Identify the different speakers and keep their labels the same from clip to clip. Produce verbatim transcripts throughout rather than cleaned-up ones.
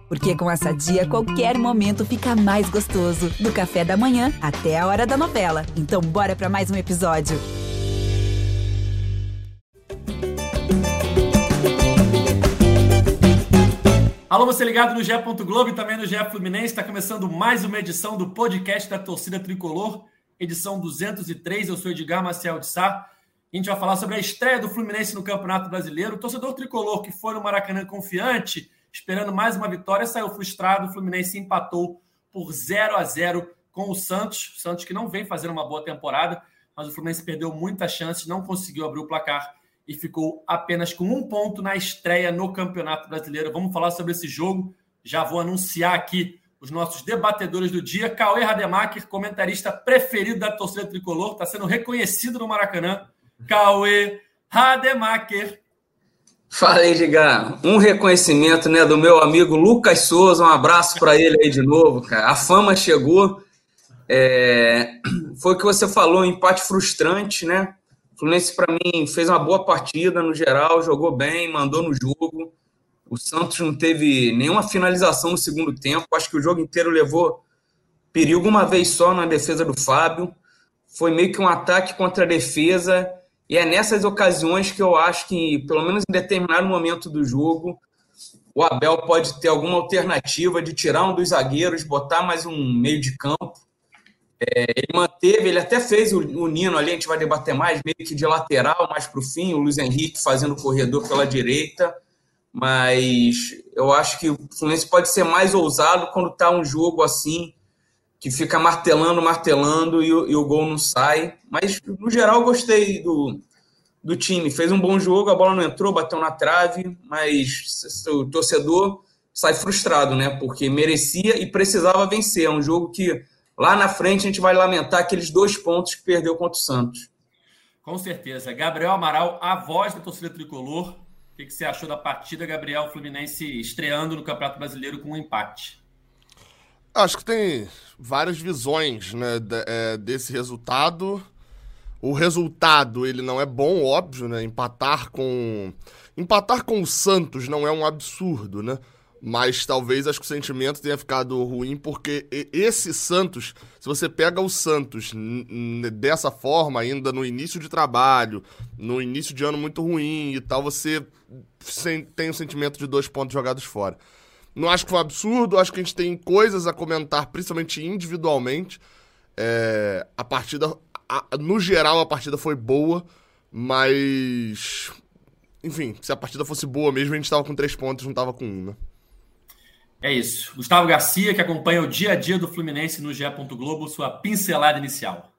Speaker 1: Porque com a Sadia, qualquer momento fica mais gostoso. Do café da manhã até a hora da novela. Então bora pra mais um episódio.
Speaker 2: Alô, você ligado no G E. Globo e também no G E Fluminense. Está começando mais uma edição do podcast da Torcida Tricolor, edição duzentos e três. Eu sou Edgar Maciel de Sá. A gente vai falar sobre a estreia do Fluminense no Campeonato Brasileiro. O torcedor tricolor que foi no Maracanã confiante, esperando mais uma vitória, saiu frustrado. O Fluminense empatou por zero a zero com o Santos. O Santos que não vem fazendo uma boa temporada, mas o Fluminense perdeu muitas chances, não conseguiu abrir o placar e ficou apenas com um ponto na estreia no Campeonato Brasileiro. Vamos falar sobre esse jogo. Já vou anunciar aqui os nossos debatedores do dia. Cauê Rademacher, comentarista preferido da torcida tricolor, está sendo reconhecido no Maracanã. Cauê Rademacher.
Speaker 3: Fala aí, Edgar. Um reconhecimento, né, do meu amigo Lucas Souza. Um abraço para ele aí de novo, cara. A fama chegou. É... Foi o que você falou, um empate frustrante, né? O Fluminense, para mim, fez uma boa partida no geral, jogou bem, mandou no jogo. O Santos não teve nenhuma finalização no segundo tempo. Acho que o jogo inteiro levou perigo uma vez só na defesa do Fábio. Foi meio que um ataque contra a defesa. E é nessas ocasiões que eu acho que, pelo menos em determinado momento do jogo, o Abel pode ter alguma alternativa de tirar um dos zagueiros, botar mais um meio de campo. É, ele manteve, ele até fez o, o Nino ali, a gente vai debater mais, meio que de lateral, mais para o fim, o Luiz Henrique fazendo o corredor pela direita. Mas eu acho que o Fluminense pode ser mais ousado quando está um jogo assim, que fica martelando, martelando e o, e o gol não sai. Mas, no geral, eu gostei do, do time. Fez um bom jogo, a bola não entrou, bateu na trave, mas o torcedor sai frustrado, né? Porque merecia e precisava vencer. É um jogo que, lá na frente, a gente vai lamentar aqueles dois pontos que perdeu contra o Santos.
Speaker 2: Com certeza. Gabriel Amaral, a voz da torcida tricolor. O que você achou da partida, Gabriel? O Fluminense estreando no Campeonato Brasileiro com um empate.
Speaker 4: Acho que tem várias visões, né, desse resultado. O resultado, ele não é bom, óbvio, né? Empatar com empatar com o Santos não é um absurdo, né? Mas talvez acho que o sentimento tenha ficado ruim, porque esse Santos, se você pega o Santos dessa forma, ainda no início de trabalho, no início de ano muito ruim e tal, você tem o sentimento de dois pontos jogados fora. Não acho que foi um absurdo, acho que a gente tem coisas a comentar, principalmente individualmente. É, a partida, a, no geral, a partida foi boa, mas... Enfim, se a partida fosse boa mesmo, a gente estava com três pontos, não estava com um, né?
Speaker 2: É isso. Gustavo Garcia, que acompanha o dia a dia do Fluminense no G E. Globo, sua pincelada inicial.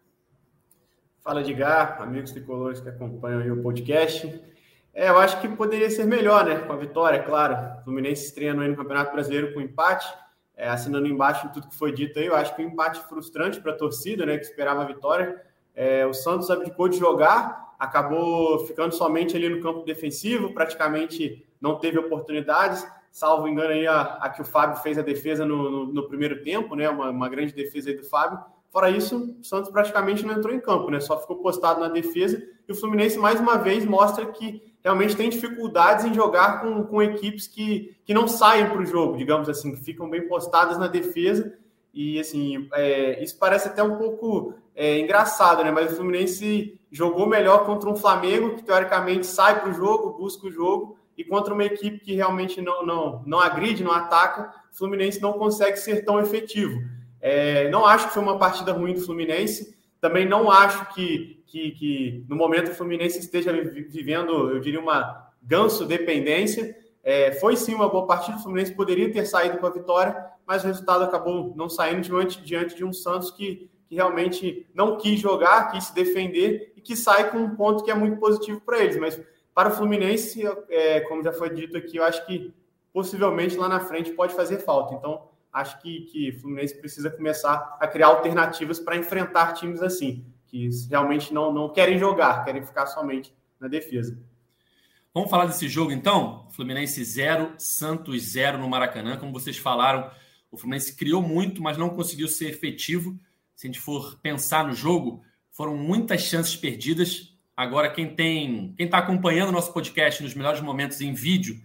Speaker 5: Fala, Edgar, amigos tricolores que acompanham aí o podcast. É, eu acho que poderia ser melhor, né? Com a vitória, claro. O Fluminense estreando aí no Campeonato Brasileiro com empate, é, assinando embaixo de tudo que foi dito aí. Eu acho que um empate frustrante para a torcida, né? Que esperava a vitória. É, o Santos abdicou de jogar, acabou ficando somente ali no campo defensivo, praticamente não teve oportunidades. Salvo engano aí a, a que o Fábio fez a defesa no, no, no primeiro tempo, né? Uma, uma grande defesa aí do Fábio. Fora isso, o Santos praticamente não entrou em campo, né? Só ficou postado na defesa. E o Fluminense, mais uma vez, mostra que realmente tem dificuldades em jogar com, com equipes que, que não saem para o jogo, digamos assim, que ficam bem postadas na defesa. E, assim, é, isso parece até um pouco é, engraçado, né? Mas o Fluminense jogou melhor contra um Flamengo, que teoricamente sai para o jogo, busca o jogo, e contra uma equipe que realmente não, não, não agride, não ataca, o Fluminense não consegue ser tão efetivo. É, não acho que foi uma partida ruim do Fluminense, também não acho que, que, que no momento o Fluminense esteja vivendo, eu diria, uma ganso-dependência. É, foi sim uma boa partida, o Fluminense poderia ter saído com a vitória, mas o resultado acabou não saindo diante, diante de um Santos que, que realmente não quis jogar, quis se defender e que sai com um ponto que é muito positivo para eles. Mas para o Fluminense, é, como já foi dito aqui, eu acho que possivelmente lá na frente pode fazer falta. Então, acho que, que o Fluminense precisa começar a criar alternativas para enfrentar times assim, que realmente não, não querem jogar, querem ficar somente na defesa.
Speaker 2: Vamos falar desse jogo, então? Fluminense zero, Santos zero no Maracanã. Como vocês falaram, o Fluminense criou muito, mas não conseguiu ser efetivo. Se a gente for pensar no jogo, foram muitas chances perdidas. Agora, quem tem, quem está acompanhando o nosso podcast nos melhores momentos em vídeo,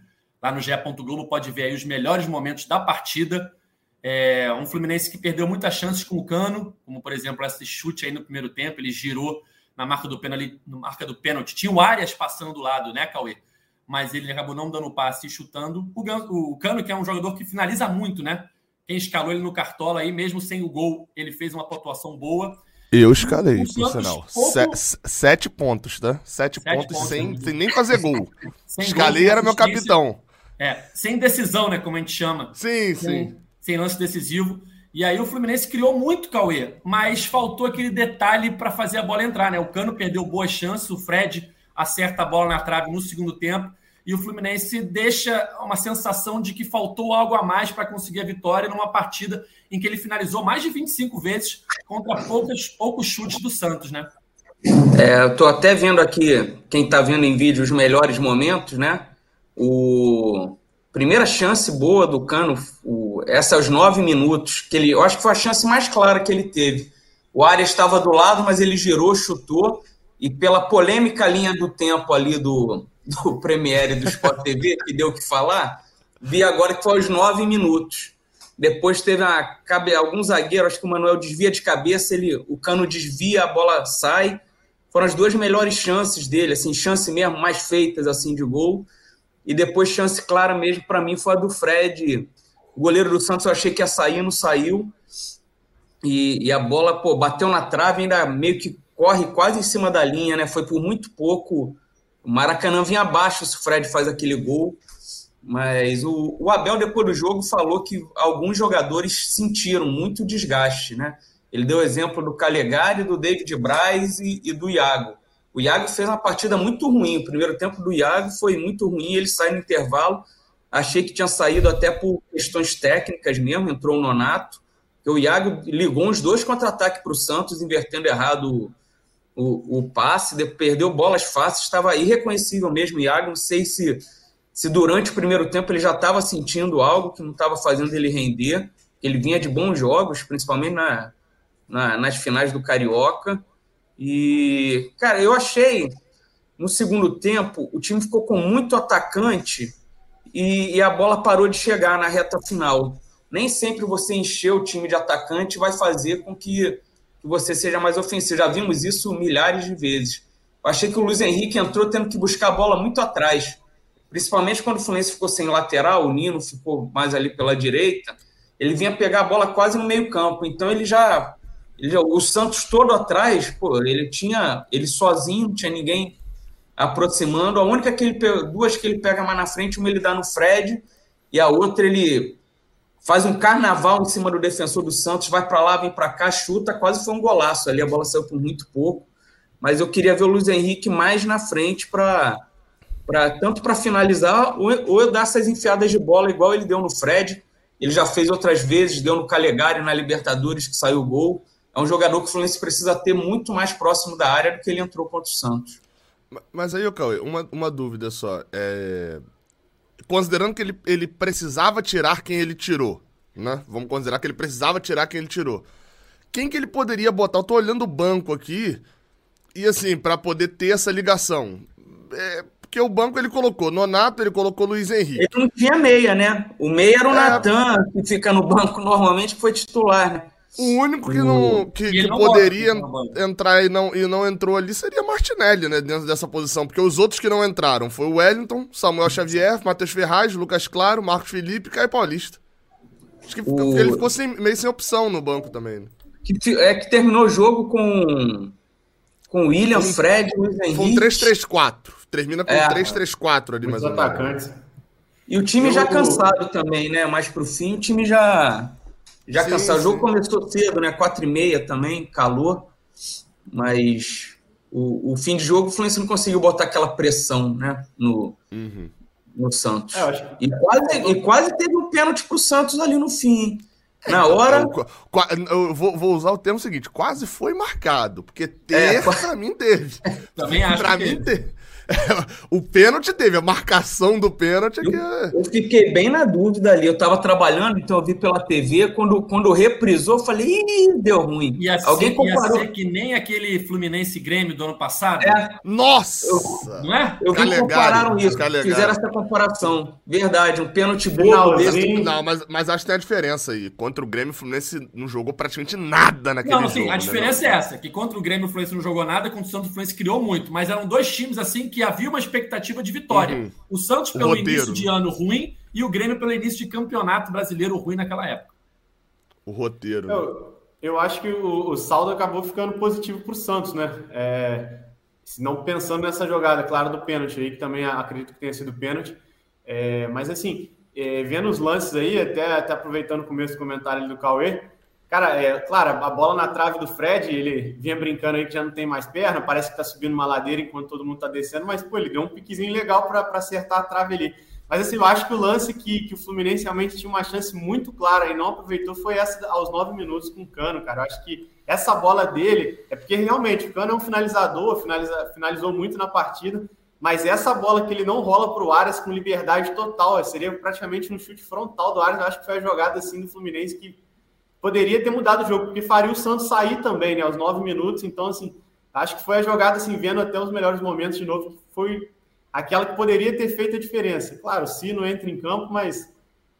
Speaker 2: lá no G E. Globo, pode ver aí os melhores momentos da partida. É, um Fluminense que perdeu muitas chances com o Cano, como, por exemplo, esse chute aí no primeiro tempo, ele girou na marca do pênalti, na marca do pênalti. Tinha o Arias passando do lado, né, Cauê? Mas ele acabou não dando passe e chutando. O, o Cano, que é um jogador que finaliza muito, né? Quem escalou ele no Cartola aí, mesmo sem o gol, ele fez uma pontuação boa.
Speaker 4: Eu escalei, por
Speaker 2: Santos,
Speaker 4: sinal.
Speaker 2: pouco...
Speaker 4: Se, sete pontos, tá? Sete, sete pontos, pontos sem, sem nem fazer gol.
Speaker 2: Sem
Speaker 4: escalei,
Speaker 2: gol,
Speaker 4: era meu capitão.
Speaker 2: É, sem decisão, né? Como a gente chama.
Speaker 4: Sim,
Speaker 2: sem,
Speaker 4: sim.
Speaker 2: Sem lance decisivo. E aí o Fluminense criou muito, Cauê, mas faltou aquele detalhe para fazer a bola entrar, né? O Cano perdeu boas chances, o Fred acerta a bola na trave no segundo tempo. E o Fluminense deixa uma sensação de que faltou algo a mais para conseguir a vitória numa partida em que ele finalizou mais de vinte e cinco vezes contra poucas, poucos chutes do Santos, né?
Speaker 3: É, eu tô até vendo aqui, quem tá vendo em vídeo, os melhores momentos, né? O primeira chance boa do Cano, o... essa aos nove minutos, que ele, eu acho que foi a chance mais clara que ele teve. O Arias estava do lado, mas ele girou, chutou, e pela polêmica linha do tempo ali do... do Premiere do Sport T V, que deu o que falar, vi agora que foi aos nove minutos. Depois teve uma, cabe, algum zagueiro, acho que o Manuel desvia de cabeça, ele, o Cano desvia, a bola sai. Foram as duas melhores chances dele, assim, chance mesmo, mais feitas assim, de gol. E depois chance clara mesmo, para mim, foi a do Fred. O goleiro do Santos eu achei que ia sair, não saiu. E, e a bola, pô, bateu na trave, ainda meio que corre quase em cima da linha, né? Foi por muito pouco. O Maracanã vinha abaixo se o Fred faz aquele gol, mas o, o Abel, depois do jogo, falou que alguns jogadores sentiram muito desgaste, né? Ele deu exemplo do Calegari, do David Braz e, e do Iago. O Iago fez uma partida muito ruim, o primeiro tempo do Iago foi muito ruim, ele sai no intervalo, achei que tinha saído até por questões técnicas mesmo, entrou o Nonato, o Iago ligou uns dois contra-ataques para o Santos, invertendo errado o O, o passe, perdeu bolas fáceis, estava irreconhecível mesmo. Iago, não sei se, se durante o primeiro tempo ele já estava sentindo algo que não estava fazendo ele render. Ele vinha de bons jogos, principalmente na, na, nas finais do Carioca. E, cara, eu achei, no segundo tempo, o time ficou com muito atacante e, e a bola parou de chegar na reta final. Nem sempre você encher o time de atacante vai fazer com que que você seja mais ofensivo. Já vimos isso milhares de vezes. Eu achei que o Luiz Henrique entrou tendo que buscar a bola muito atrás, principalmente quando o Fluminense ficou sem lateral, o Nino ficou mais ali pela direita, ele vinha pegar a bola quase no meio campo, então ele já, ele já o Santos todo atrás, pô, ele tinha, ele sozinho, não tinha ninguém aproximando, a única que ele, duas que ele pega mais na frente, uma ele dá no Fred, e a outra ele faz um carnaval em cima do defensor do Santos, vai para lá, vem para cá, chuta, quase foi um golaço ali, a bola saiu por muito pouco, mas eu queria ver o Luiz Henrique mais na frente, para tanto para finalizar, ou, ou dar essas enfiadas de bola, igual ele deu no Fred, ele já fez outras vezes, deu no Calegari, na Libertadores, que saiu o gol, é um jogador que o Fluminense precisa ter muito mais próximo da área do que ele entrou contra o Santos.
Speaker 4: Mas aí, Cauê, uma, uma dúvida só, é... considerando que ele, ele precisava tirar quem ele tirou, né? Vamos considerar que ele precisava tirar quem ele tirou. Quem que ele poderia botar? Eu tô olhando o banco aqui, e assim, pra poder ter essa ligação. É, porque o banco ele colocou Nonato, ele colocou Luiz Henrique.
Speaker 3: Ele não tinha meia, né? O meia era o
Speaker 4: É...
Speaker 3: Natan, que fica no banco normalmente, que foi titular, né?
Speaker 4: O único que, não, que, que
Speaker 2: não
Speaker 4: poderia
Speaker 2: gosta,
Speaker 4: entrar e não, e não entrou ali seria Martinelli, né? Dentro dessa posição. Porque os outros que não entraram foi o Wellington, Samuel Xavier, Matheus Ferraz, Lucas Claro, Marcos Felipe e Caio Paulista. Acho que
Speaker 3: o...
Speaker 4: ele ficou sem, meio sem opção no banco também. Né?
Speaker 3: Que, é que terminou o jogo com com William, um, Fred, Luiz Henrique.
Speaker 4: Foi um três três quatro. Termina com
Speaker 3: é,
Speaker 4: três três quatro ali, mais ou menos.
Speaker 5: Atacantes.
Speaker 3: E o time
Speaker 5: Eu...
Speaker 3: já cansado também, né? Mais pro fim, o time já... Já
Speaker 4: sim,
Speaker 3: cansado. O jogo
Speaker 4: sim.
Speaker 3: começou cedo, né? quatro e meia também, calor. Mas o, o fim de jogo, o Fluminense não conseguiu botar aquela pressão, né? No,
Speaker 4: uhum.
Speaker 3: no Santos.
Speaker 5: É, eu acho que...
Speaker 3: e, quase, e quase teve um pênalti pro Santos ali no fim. Na hora...
Speaker 4: Eu, eu vou, vou usar o termo seguinte, quase foi marcado. Porque ter,
Speaker 3: É,
Speaker 4: pra mim, teve.
Speaker 2: Também acho
Speaker 4: pra
Speaker 2: que
Speaker 4: mim, teve. o pênalti teve, a marcação do pênalti é que...
Speaker 3: Eu, eu fiquei bem na dúvida ali. Eu tava trabalhando, então eu vi pela T V. Quando, quando reprisou, eu falei, ih, deu ruim.
Speaker 2: Ia ser,
Speaker 3: Alguém comparou...
Speaker 2: ia ser que nem aquele Fluminense Grêmio do ano passado.
Speaker 3: É.
Speaker 4: Nossa!
Speaker 3: Eu,
Speaker 2: não é?
Speaker 3: Eu vi que compararam isso,
Speaker 4: Calegari.
Speaker 3: Fizeram essa comparação. Verdade, um pênalti bobo desse.
Speaker 4: Não, mas, mas acho que tem a diferença aí. Contra o Grêmio, o Fluminense não jogou praticamente nada naquele
Speaker 2: não,
Speaker 4: jogo.
Speaker 2: Sim, a
Speaker 4: né,
Speaker 2: diferença
Speaker 4: não?
Speaker 2: é essa, que contra o Grêmio o Fluminense não jogou nada, contra o Santos o Fluminense criou muito, mas eram dois times assim que havia uma expectativa de vitória. Uhum. O Santos pelo
Speaker 4: roteiro,
Speaker 2: início de ano ruim e o Grêmio pelo início de campeonato brasileiro ruim naquela época.
Speaker 4: O roteiro.
Speaker 5: Eu, eu acho que o, o saldo acabou ficando positivo para o Santos, né? É, se não pensando nessa jogada, claro, do pênalti aí, que também acredito que tenha sido pênalti. É, mas assim, é, vendo os lances aí, até, até aproveitando o começo do comentário ali do Cauê, cara, é claro, a bola na trave do Fred, ele vinha brincando aí que já não tem mais perna, parece que tá subindo uma ladeira enquanto todo mundo tá descendo, mas pô, ele deu um piquezinho legal para acertar a trave ali. Mas assim, eu acho que o lance que, que o Fluminense realmente tinha uma chance muito clara e não aproveitou foi essa aos nove minutos com o Cano, cara. Eu acho que essa bola dele, é porque realmente o Cano é um finalizador, finaliza, finalizou muito na partida, mas essa bola que ele não rola pro Arias com liberdade total, seria praticamente um chute frontal do Arias, eu acho que foi a jogada assim do Fluminense que poderia ter mudado o jogo, porque faria o Santos sair também, né, aos nove minutos, então assim, acho que foi a jogada, assim, vendo até os melhores momentos de novo, que foi aquela que poderia ter feito a diferença. Claro, o Sino entra em campo, mas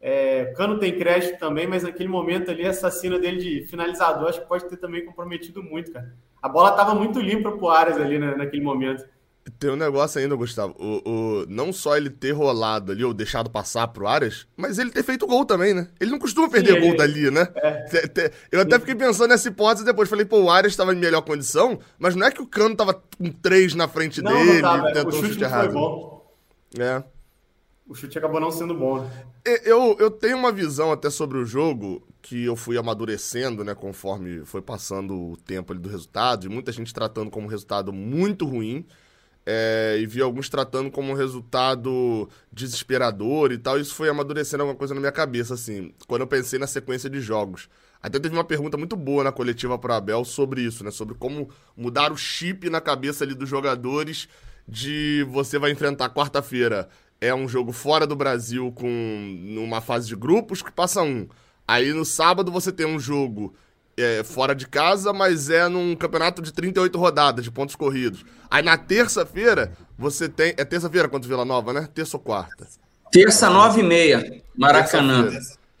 Speaker 5: é, Cano tem crédito também, mas naquele momento ali, essa cena dele de finalizador, acho que pode ter também comprometido muito, cara. A bola estava muito limpa pro Arias ali, né, naquele momento.
Speaker 4: Tem um negócio ainda, Gustavo, o, o, não só ele ter rolado ali, ou deixado passar pro Arias, mas ele ter feito gol também, né? Ele não costuma perder Sim, gol ele... dali, né? É. Eu até fiquei pensando nessa hipótese depois, falei, pô, o Arias estava em melhor condição, mas não é que o Cano tava com três na frente
Speaker 5: não,
Speaker 4: dele,
Speaker 5: não tava,
Speaker 4: tentou
Speaker 5: o chute,
Speaker 4: chute
Speaker 5: não
Speaker 4: errado.
Speaker 5: Foi bom.
Speaker 4: É.
Speaker 5: O chute acabou não sendo bom, né?
Speaker 4: Eu, eu tenho uma visão até sobre o jogo que eu fui amadurecendo, né, conforme foi passando o tempo ali do resultado, e muita gente tratando como um resultado muito ruim, é, e vi alguns tratando como um resultado desesperador e tal. Isso foi amadurecendo alguma coisa na minha cabeça, assim, quando eu pensei na sequência de jogos. Até teve uma pergunta muito boa na coletiva para Abel sobre isso, né, sobre como mudar o chip na cabeça ali dos jogadores de você vai enfrentar quarta-feira. É um jogo fora do Brasil com numa fase de grupos que passa um. Aí no sábado você tem um jogo é, fora de casa, mas é num campeonato de trinta e oito rodadas, de pontos corridos. Aí na terça-feira você tem... É terça-feira contra o Vila Nova, né? Terça ou quarta?
Speaker 3: Terça, nove e meia, Maracanã.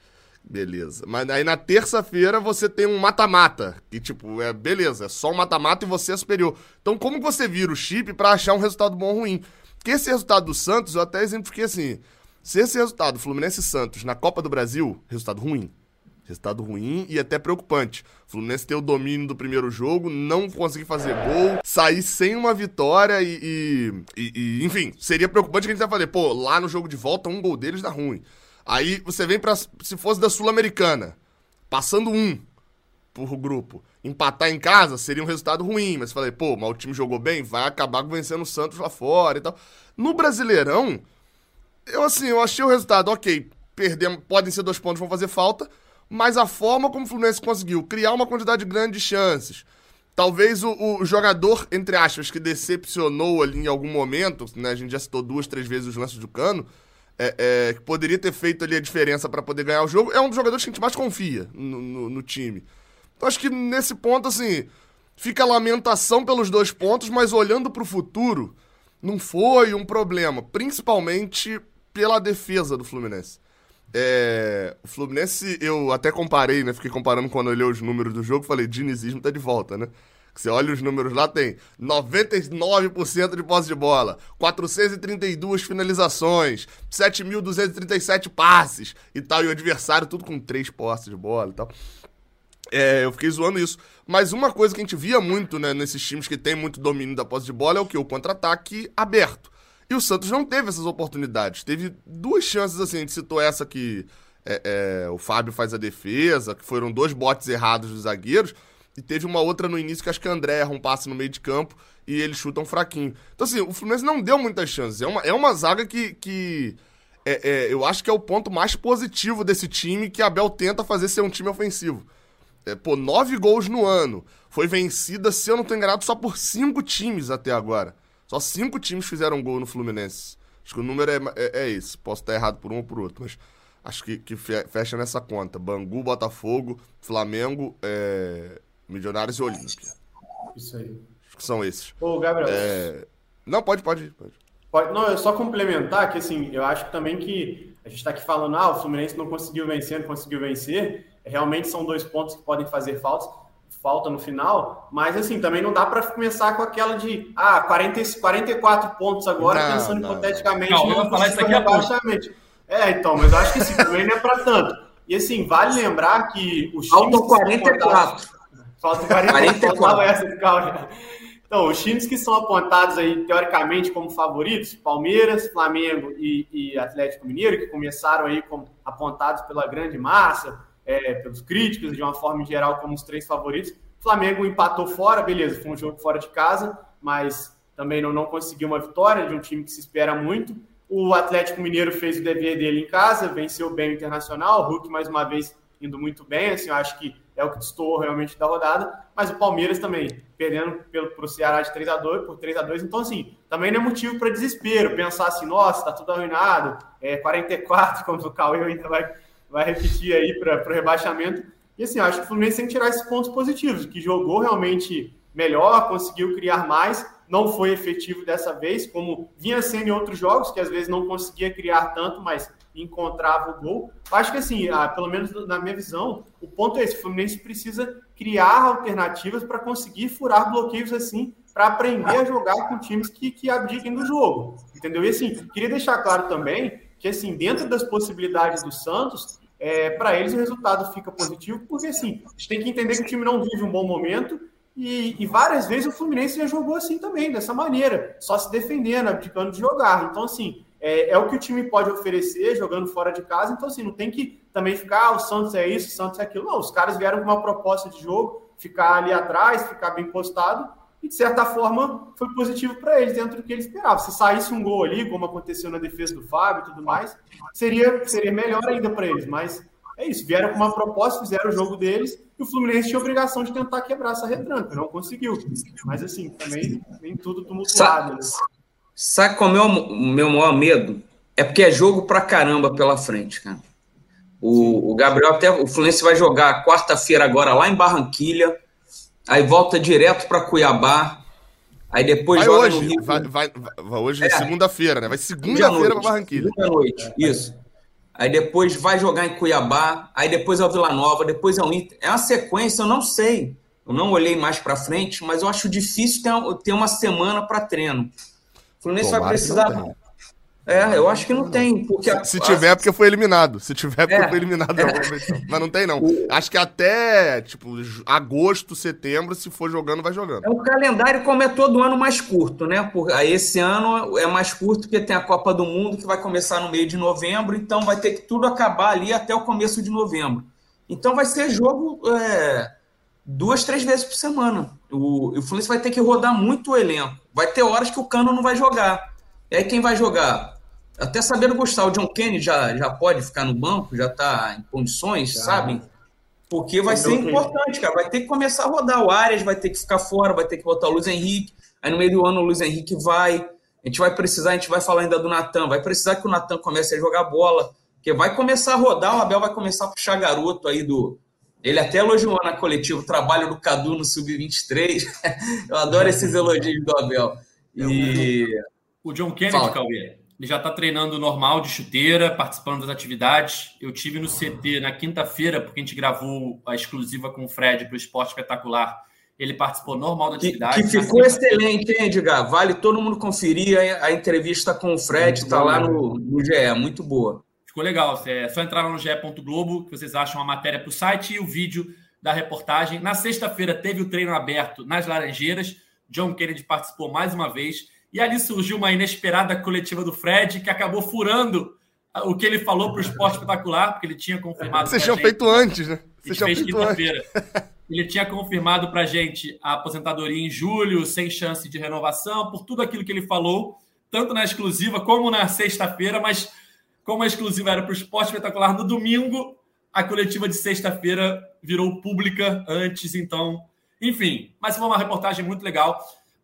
Speaker 4: Beleza. Mas aí na terça-feira você tem um mata-mata, que tipo, é beleza, é só um mata-mata e você é superior. Então como que você vira o chip pra achar um resultado bom ou ruim? Porque esse resultado do Santos, eu até exemplifiquei assim, se esse resultado, Fluminense e Santos, na Copa do Brasil, resultado ruim. Resultado ruim e até preocupante. O Fluminense ter o domínio do primeiro jogo, não conseguir fazer gol, sair sem uma vitória e, e, e, e enfim, seria preocupante que a gente vai fazer, pô, lá no jogo de volta, um gol deles dá ruim. Aí você vem pra, se fosse da Sul-Americana, passando um por grupo, empatar em casa seria um resultado ruim, mas falei, pô, mas o time jogou bem, vai acabar vencendo o Santos lá fora e tal. No Brasileirão, eu assim, eu achei o resultado, ok, perdemos, podem ser dois pontos, vão fazer falta, mas a forma como o Fluminense conseguiu criar uma quantidade grande de chances, talvez o, o jogador, entre aspas, que decepcionou ali em algum momento, né, a gente já citou duas, três vezes os lances do Cano, é, é, que poderia ter feito ali a diferença para poder ganhar o jogo, é um dos jogadores que a gente mais confia no, no, no time. Então acho que nesse ponto, assim, fica a lamentação pelos dois pontos, mas olhando pro futuro, não foi um problema, principalmente pela defesa do Fluminense. É, o Fluminense, eu até comparei, né, fiquei comparando quando eu olhei os números do jogo, falei, dinizismo tá de volta, né? Você olha os números lá, tem noventa e nove por cento de posse de bola, quatrocentas e trinta e duas finalizações, sete mil duzentos e trinta e sete passes e tal, e o adversário tudo com três posses de bola e tal. É, eu fiquei zoando isso. Mas uma coisa que a gente via muito, né, nesses times que tem muito domínio da posse de bola é o que? O contra-ataque aberto. E o Santos não teve essas oportunidades. Teve duas chances, assim, a gente citou essa que é, é, o Fábio faz a defesa, que foram dois botes errados dos zagueiros, e teve uma outra no início que acho que o André erra um passe no meio de campo e eles chutam fraquinho. Então, assim, o Fluminense não deu muitas chances. É uma, é uma zaga que... que é, é, eu acho que é o ponto mais positivo desse time, que a Abel tenta fazer ser um time ofensivo. É, pô, nove gols no ano. Foi vencida, se eu não tô enganado, só por cinco times até agora. Só cinco times fizeram gol no Fluminense. Acho que o número é, é, é esse. Posso estar errado por um ou por outro, mas acho que, que fecha nessa conta. Bangu, Botafogo, Flamengo, é, Milionários e Olímpia.
Speaker 5: Isso aí.
Speaker 4: Acho que são esses.
Speaker 5: Ô, Gabriel.
Speaker 4: É... Não, pode, pode ir. Pode.
Speaker 5: Pode, não, eu só complementar que, assim, eu acho também que a gente está aqui falando, ah, o Fluminense não conseguiu vencer, não conseguiu vencer. Realmente são dois pontos que podem fazer falta, falta no final, mas, assim, também não dá para começar com aquela de, ah, quarenta, quarenta e quatro pontos agora, não, pensando não, hipoteticamente
Speaker 2: não, não falar isso aqui
Speaker 5: rebaixamento. É, então, mas eu acho que, assim, também não é para tanto. E, assim, vale lembrar que os times...
Speaker 3: Faltam quarenta e quatro.
Speaker 5: Faltam quarenta e quatro. Essa de calma. Então, os times que são apontados aí, teoricamente, como favoritos, Palmeiras, Flamengo e, e Atlético Mineiro, que começaram aí como apontados pela grande massa, é, pelos críticos, de uma forma em geral, como os três favoritos. O Flamengo empatou fora, beleza, foi um jogo fora de casa, mas também não, não conseguiu uma vitória de um time que se espera muito. O Atlético Mineiro fez o dever dele em casa, venceu bem o Internacional, o Hulk, mais uma vez, indo muito bem, assim, eu acho que é o que destoou realmente da rodada, mas o Palmeiras também, perdendo para o Ceará de três a dois, por três a dois, então, assim, também não é motivo para desespero, pensar assim, nossa, tá tudo arruinado, é quarenta e quatro, como o Cauê ainda vai, vai repetir aí para o rebaixamento, e assim, eu acho que o Fluminense tem que tirar esses pontos positivos, que jogou realmente melhor, conseguiu criar mais, não foi efetivo dessa vez, como vinha sendo em outros jogos, que às vezes não conseguia criar tanto, mas encontrava o gol. Acho que assim, ah, pelo menos na minha visão, o ponto é esse, o Fluminense precisa criar alternativas para conseguir furar bloqueios assim, para aprender a jogar com times que, que abdiquem do jogo, entendeu? E assim, queria deixar claro também que assim, dentro das possibilidades do Santos, é, para eles o resultado fica positivo, porque assim, a gente tem que entender que o time não vive um bom momento, e, e várias vezes o Fluminense já jogou assim também, dessa maneira, só se defendendo, abdicando de jogar. Então assim, É, é o que o time pode oferecer jogando fora de casa, então assim, não tem que também ficar, ah, o Santos é isso, o Santos é aquilo, não, os caras vieram com uma proposta de jogo, ficar ali atrás, ficar bem postado, e de certa forma foi positivo para eles, dentro do que eles esperavam. Se saísse um gol ali, como aconteceu na defesa do Fábio e tudo mais, seria, seria melhor ainda para eles, mas é isso, vieram com uma proposta, fizeram o jogo deles, e o Fluminense tinha a obrigação de tentar quebrar essa retranca, não conseguiu, mas assim, também nem tudo tumultuado, né?
Speaker 3: Sabe qual é o meu, meu maior medo? É porque é jogo pra caramba pela frente, cara. O, o Gabriel até... O Fluminense vai jogar quarta-feira agora lá em Barranquilha, aí volta direto pra Cuiabá, aí depois
Speaker 4: vai
Speaker 3: joga
Speaker 4: hoje,
Speaker 3: no Rio.
Speaker 4: Vai, vai, vai hoje é segunda-feira, né? Vai segunda-feira pra Barranquilha.
Speaker 3: Segunda-noite, isso. Aí depois vai jogar em Cuiabá, aí depois é o Vila Nova, depois é o Inter. É uma sequência, eu não sei. Eu não olhei mais pra frente, mas eu acho difícil ter, ter uma semana pra treino. O Fluminense vai precisar. É, eu acho que não tem. Porque a...
Speaker 4: Se tiver, é porque foi eliminado. Se tiver, porque é, foi eliminado. É. Mas não tem, não. Acho que até, tipo, agosto, setembro, se for jogando, vai jogando.
Speaker 3: É um calendário, como é todo ano, mais curto, né? Por... Aí esse ano é mais curto porque tem a Copa do Mundo, que vai começar no meio de novembro, então vai ter que tudo acabar ali até o começo de novembro. Então vai ser jogo é... duas, três vezes por semana. O... o Fluminense vai ter que rodar muito o elenco. Vai ter horas que o Cano não vai jogar. E aí quem vai jogar? Até sabendo gostar, o John Kennedy já, já pode ficar no banco, já está em condições, já. Sabe? Porque vai ser importante, cara. Vai ter que começar a rodar. O Arias vai ter que ficar fora, vai ter que botar o Luiz Henrique. Aí no meio do ano o Luiz Henrique vai. A gente vai precisar, a gente vai falar ainda do Natan. Vai precisar que o Natan comece a jogar bola. Porque vai começar a rodar, o Abel vai começar a puxar garoto aí do... Ele até elogiou na coletiva o trabalho do Cadu no sub vinte e três. Eu adoro esses elogios do Abel. E...
Speaker 2: O John Kennedy, Cauê, ele já está treinando normal de chuteira, participando das atividades. Eu tive no C T na quinta-feira, porque a gente gravou a exclusiva com o Fred para o Esporte Espetacular. Ele participou normal da atividade.
Speaker 3: Que, que ficou excelente, hein, Edgar? Vale todo mundo conferir a, a entrevista com o Fred, está lá no, no G E, muito boa.
Speaker 2: Ficou legal. É só entrar lá no G E ponto globo, que vocês acham a matéria para o site e o vídeo da reportagem. Na sexta-feira teve o treino aberto nas Laranjeiras. John Kennedy participou mais uma vez. E ali surgiu uma inesperada coletiva do Fred, que acabou furando o que ele falou para o Esporte Espetacular, porque ele tinha confirmado...
Speaker 4: Vocês tinham feito antes, né?
Speaker 2: Vocês fez quinta-feira. Ele tinha confirmado para a gente a aposentadoria em julho, sem chance de renovação, por tudo aquilo que ele falou, tanto na exclusiva como na sexta-feira, mas como a exclusiva era para o Esporte Espetacular no domingo, a coletiva de sexta-feira virou pública antes, então... Enfim, mas foi uma reportagem muito legal.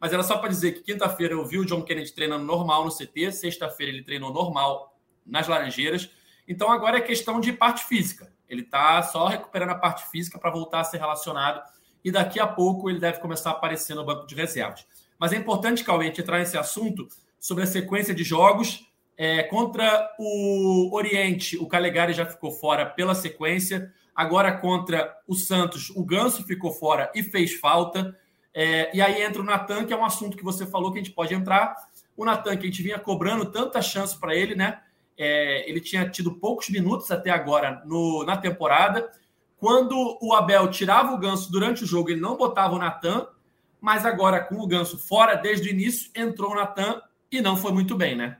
Speaker 2: mas era só para dizer que quinta-feira eu vi o John Kennedy treinando normal no C T, sexta-feira ele treinou normal nas Laranjeiras, então agora é questão de parte física. Ele está só recuperando a parte física para voltar a ser relacionado e daqui a pouco ele deve começar a aparecer no banco de reservas. Mas é importante, Cauê, entrar nesse assunto sobre a sequência de jogos. É, contra o Oriente, o Calegari já ficou fora pela sequência. Agora contra o Santos, o Ganso ficou fora e fez falta. É, e aí entra o Natan, que é um assunto que você falou que a gente pode entrar. O Natan, que a gente vinha cobrando tanta chance para ele, né? É, ele tinha tido poucos minutos até agora no, na temporada. Quando o Abel tirava o Ganso durante o jogo, ele não botava o Natan, mas agora com o Ganso fora desde o início, entrou o Natan e não foi muito bem, né?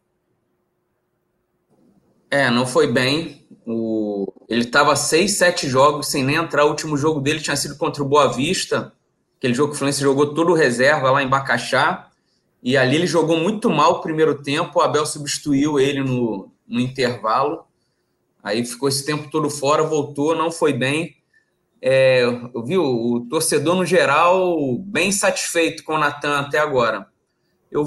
Speaker 3: É, não foi bem. O... Ele estava seis, sete jogos sem nem entrar. O último jogo dele tinha sido contra o Boa Vista. Aquele jogo que o Fluminense jogou todo reserva lá em Bacaxá. E ali ele jogou muito mal o primeiro tempo. O Abel substituiu ele no, no intervalo. Aí ficou esse tempo todo fora, voltou, não foi bem. É, eu vi o, o torcedor, no geral, bem satisfeito com o Natan até agora. Eu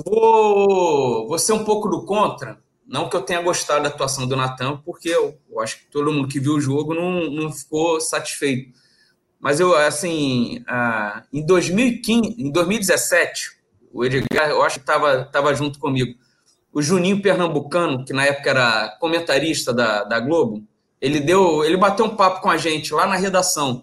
Speaker 3: vou, vou ser um pouco do contra. Não que eu tenha gostado da atuação do Natan, porque eu, eu acho que todo mundo que viu o jogo não, não ficou satisfeito. Mas eu, assim, ah, em, dois mil e quinze, em dois mil e dezessete, o Edgar, eu acho que estava tava junto comigo, o Juninho Pernambucano, que na época era comentarista da, da Globo, ele, deu, ele bateu um papo com a gente lá na redação.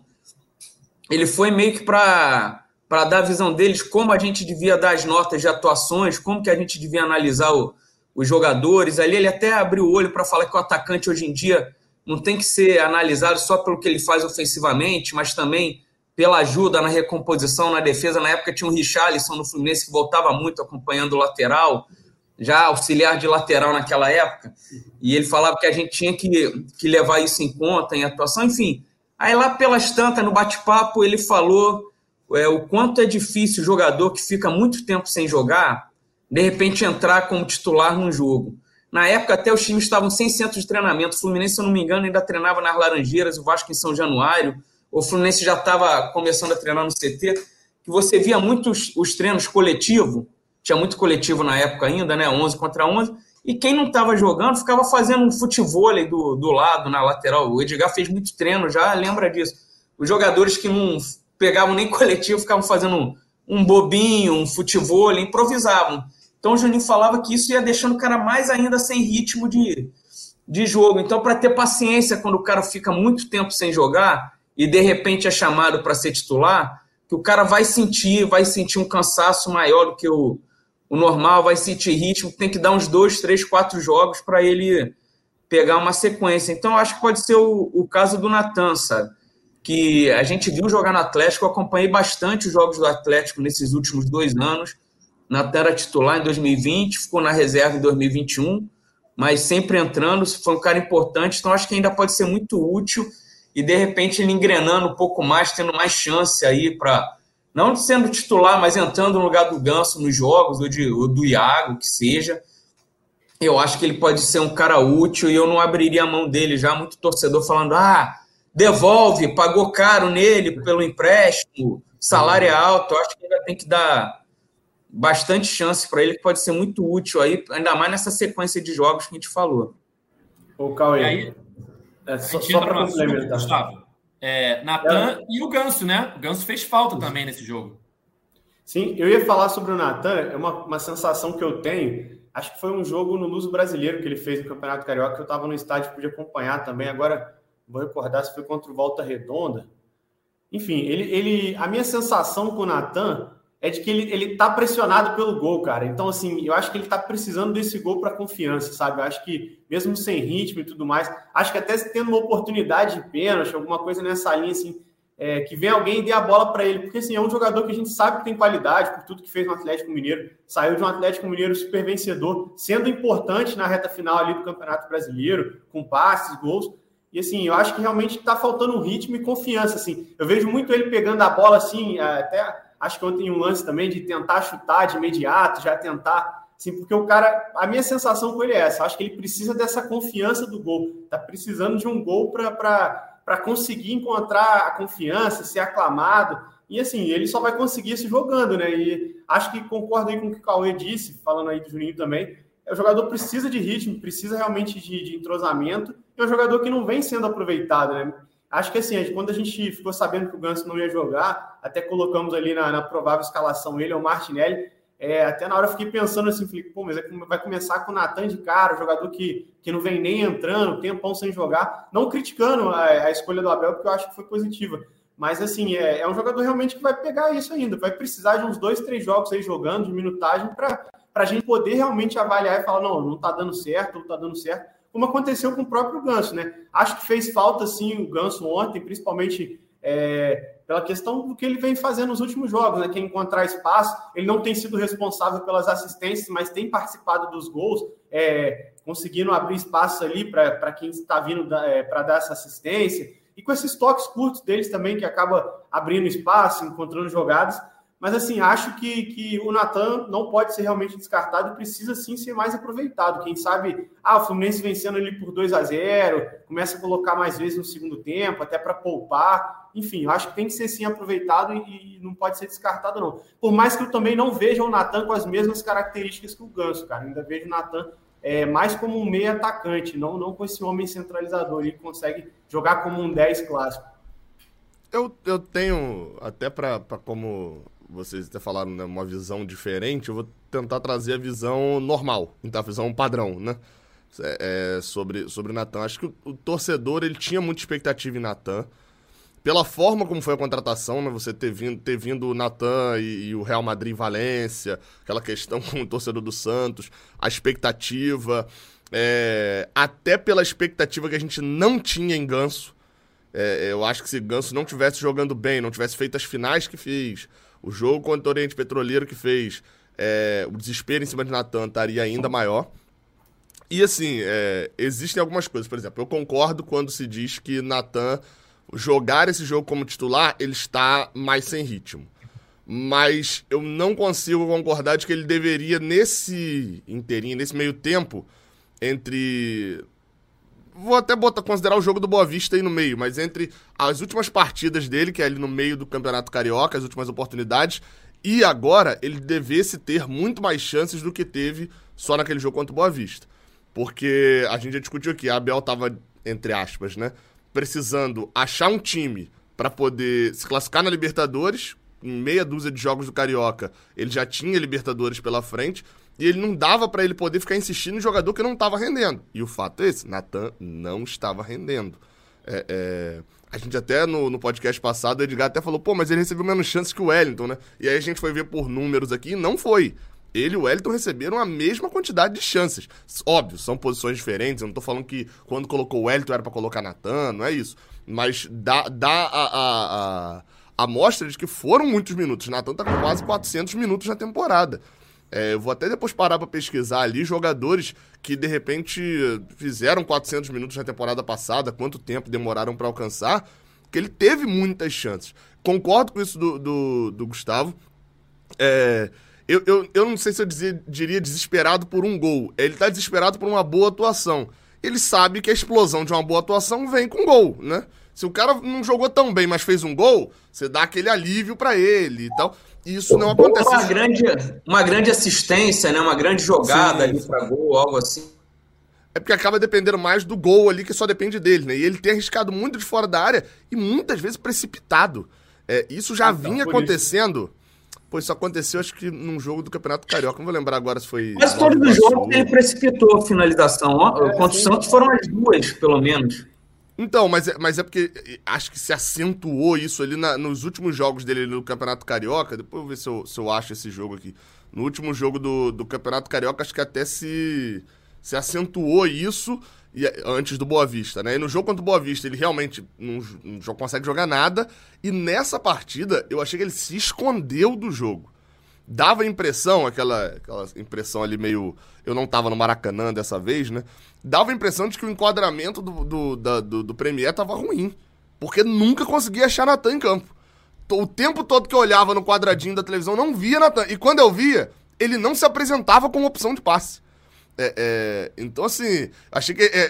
Speaker 3: Ele foi meio que para para dar a visão deles, como a gente devia dar as notas de atuações, como que a gente devia analisar o os jogadores. Ali ele até abriu o olho para falar que o atacante hoje em dia não tem que ser analisado só pelo que ele faz ofensivamente, mas também pela ajuda na recomposição, na defesa. Na época tinha um Richarlison no Fluminense que voltava muito acompanhando o lateral, já auxiliar de lateral naquela época, e ele falava que a gente tinha que, que levar isso em conta em atuação, enfim. Aí lá pelas tantas, no bate-papo, ele falou é, o quanto é difícil o jogador que fica muito tempo sem jogar de repente entrar como titular num jogo. Na época, até os times estavam sem centro de treinamento. O Fluminense, se eu não me engano, ainda treinava nas Laranjeiras, o Vasco em São Januário. O Fluminense já estava começando a treinar no C T. Que você via muitos os treinos coletivos. Tinha muito coletivo na época ainda, né? onze contra onze. E quem não estava jogando ficava fazendo um futevôlei do, do lado, na lateral. O Edgar fez muito treino já, lembra disso. Os jogadores que não pegavam nem coletivo ficavam fazendo um, um bobinho, um futevôlei, improvisavam. Então o Juninho falava que isso ia deixando o cara mais ainda sem ritmo de, de jogo. Então, para ter paciência quando o cara fica muito tempo sem jogar e de repente é chamado para ser titular, que o cara vai sentir, vai sentir um cansaço maior do que o, o normal, vai sentir ritmo, tem que dar uns dois, três, quatro jogos para ele pegar uma sequência. Então, eu acho que pode ser o, o caso do Natan, sabe? Que a gente viu jogar no Atlético, eu acompanhei bastante os jogos do Atlético nesses últimos dois anos. Natan era titular em dois mil e vinte, ficou na reserva em dois mil e vinte e um, mas sempre entrando, foi um cara importante, então acho que ainda pode ser muito útil e de repente ele engrenando um pouco mais, tendo mais chance aí para, não sendo titular, mas entrando no lugar do Ganso nos jogos, ou, de, ou do Iago, que seja. Eu acho que ele pode ser um cara útil e eu não abriria a mão dele já, muito torcedor falando, ah, devolve, pagou caro nele pelo empréstimo, salário é alto. Eu acho que ainda tem que dar bastante chance para ele, que pode ser muito útil aí, ainda mais nessa sequência de jogos que a gente falou.
Speaker 5: Ô, Cauê,
Speaker 2: e aí,
Speaker 5: é, só, só para complementar.
Speaker 2: Gustavo, é, Natan é. e o Ganso, né? O Ganso fez falta Sim. também nesse jogo.
Speaker 5: Sim, eu ia falar sobre o Natan, é uma, uma sensação que eu tenho, acho que foi um jogo no Luso Brasileiro que ele fez no Campeonato Carioca, que eu estava no estádio e pude acompanhar também, agora vou recordar se foi contra o Volta Redonda. Enfim, ele, ele, a minha sensação com o Natan é de que ele, ele tá pressionado pelo gol, cara. Então, assim, eu acho que ele tá precisando desse gol para confiança, sabe? Eu acho que, mesmo sem ritmo e tudo mais, acho que até tendo uma oportunidade de pênalti, alguma coisa nessa linha, assim, é, que vem alguém e dê a bola para ele. Porque, assim, é um jogador que a gente sabe que tem qualidade, por tudo que fez no Atlético Mineiro. Saiu de um Atlético Mineiro super vencedor, sendo importante na reta final ali do Campeonato Brasileiro, com passes, gols. E, assim, eu acho que realmente tá faltando ritmo e confiança, assim. Eu vejo muito ele pegando a bola, assim, até... Acho que ontem um lance também de tentar chutar de imediato, já tentar, assim, porque o cara, a minha sensação com ele é essa, acho que ele precisa dessa confiança do gol, tá precisando de um gol para conseguir encontrar a confiança, ser aclamado, E assim, ele só vai conseguir isso jogando, né? E acho que concordo aí com o que o Cauê disse, falando aí do Juninho também. O jogador precisa de ritmo, precisa realmente de, de entrosamento. E é um jogador que não vem sendo aproveitado, né? Acho que assim, quando a gente ficou sabendo que o Ganso não ia jogar, até colocamos ali na, na provável escalação ele ou o Martinelli. É, até na hora eu fiquei pensando assim, falei, pô, mas vai começar com o Natan de cara, o jogador que, que não vem nem entrando, tempão sem jogar. Não criticando a, a escolha do Abel, porque eu acho que foi positiva. Mas, assim, é, é um jogador realmente que vai pegar isso ainda. Vai precisar de uns dois, três jogos aí jogando, de minutagem, para a gente poder realmente avaliar e falar, não, não está dando certo, não está dando certo. Como aconteceu com o próprio Ganso, né? Acho que fez falta, sim, o Ganso ontem, principalmente é, pela questão do que ele vem fazendo nos últimos jogos, né? Que é encontrar espaço. Ele não tem sido responsável pelas assistências, mas tem participado dos gols, é, conseguindo abrir espaço ali para quem está vindo é, para dar essa assistência. E com esses toques curtos deles também, que acaba abrindo espaço, encontrando jogadas. Mas, assim, acho que, que o Natan não pode ser realmente descartado e precisa, sim, ser mais aproveitado. Quem sabe, ah, o Fluminense vencendo ali por dois a zero, começa a colocar mais vezes no segundo tempo, até para poupar. Enfim, acho que tem que ser, sim, aproveitado e, e não pode ser descartado, não. Por mais que eu também não veja o Natan com as mesmas características que o Ganso, cara. Ainda vejo o Natan é, mais como um meio atacante, não, não com esse homem centralizador. Ele consegue jogar como um dez clássico.
Speaker 4: Eu, eu tenho, até para como vocês até falaram, né, uma visão diferente, eu vou tentar trazer a visão normal, então a visão padrão, né, é, é, sobre, sobre o Natan. Acho que o, o torcedor, ele tinha muita expectativa em Natan, pela forma como foi a contratação, né, você ter vindo, ter vindo o Natan e, e o Real Madrid Valência, aquela questão com o torcedor do Santos, a expectativa, é, até pela expectativa que a gente não tinha em Ganso. É, eu acho que se Ganso não tivesse jogando bem, não tivesse feito as finais que fez, o jogo contra o Oriente Petroleiro que fez, é, o desespero em cima de Natan estaria ainda maior. E assim, é, existem algumas coisas. Por exemplo, eu concordo quando se diz que Natan, jogar esse jogo como titular, ele está mais sem ritmo. Mas eu não consigo concordar de que ele deveria, nesse inteirinho, nesse meio tempo, entre... Vou até botar, considerar o jogo do Boa Vista aí no meio, mas entre as últimas partidas dele, que é ali no meio do Campeonato Carioca, as últimas oportunidades, e agora ele devesse ter muito mais chances do que teve só naquele jogo contra o Boa Vista. Porque a gente já discutiu aqui, a Abel tava, entre aspas, né, precisando achar um time para poder se classificar na Libertadores. Em meia dúzia de jogos do Carioca, ele já tinha Libertadores pela frente, e ele não dava pra ele poder ficar insistindo em jogador que não estava rendendo. E o fato é esse, Natan não estava rendendo. É, é... A gente até, no, no podcast passado, o Edgar até falou, pô, mas ele recebeu menos chances que o Wellington, né? E aí a gente foi ver por números aqui, e não foi. Ele e o Wellington receberam a mesma quantidade de chances. Óbvio, são posições diferentes, eu não tô falando que quando colocou o Wellington era pra colocar Natan, não é isso. Mas dá, dá a, a, a, a mostra de que foram muitos minutos. Natan tá com quase quatrocentos minutos na temporada. É, eu vou até depois parar para pesquisar ali jogadores que de repente fizeram quatrocentos minutos na temporada passada, quanto tempo demoraram para alcançar, que ele teve muitas chances. Concordo com isso do, do, do Gustavo. É, eu, eu, eu não sei se eu dizia, diria desesperado por um gol. Ele tá desesperado por uma boa atuação. Ele sabe que a explosão de uma boa atuação vem com gol, né? Se o cara não jogou tão bem, mas fez um gol, você dá aquele alívio para ele e tal. Isso não acontece.
Speaker 3: Uma grande, uma grande assistência, né? Uma grande jogada sim, ali para gol, algo assim.
Speaker 4: É porque acaba dependendo mais do gol ali, que só depende dele, né? E ele tem arriscado muito de fora da área e muitas vezes precipitado. É, isso já então, vinha acontecendo. Isso. Pô, isso aconteceu, acho que num jogo do Campeonato Carioca. Não vou lembrar agora se foi...
Speaker 3: Mas todos os jogos ele precipitou a finalização. É, contra o Santos foram as duas, pelo menos.
Speaker 4: Então, mas é, mas é porque acho que se acentuou isso ali na, nos últimos jogos dele no Campeonato Carioca. Depois eu vou ver se eu, se eu acho esse jogo aqui. No último jogo do, do Campeonato Carioca, acho que até se, se acentuou isso e, antes do Boa Vista, né? E no jogo contra o Boa Vista, ele realmente não, não consegue jogar nada. E nessa partida, eu achei que ele se escondeu do jogo. Dava a impressão, aquela, aquela impressão ali meio... Eu não tava no Maracanã dessa vez, né? Dava a impressão de que o enquadramento do, do, da, do, do Premier tava ruim. Porque nunca conseguia achar Natan em campo. O tempo todo que eu olhava no quadradinho da televisão, não via Natan. E quando eu via, ele não se apresentava como opção de passe. É, é, então, assim, achei que... É,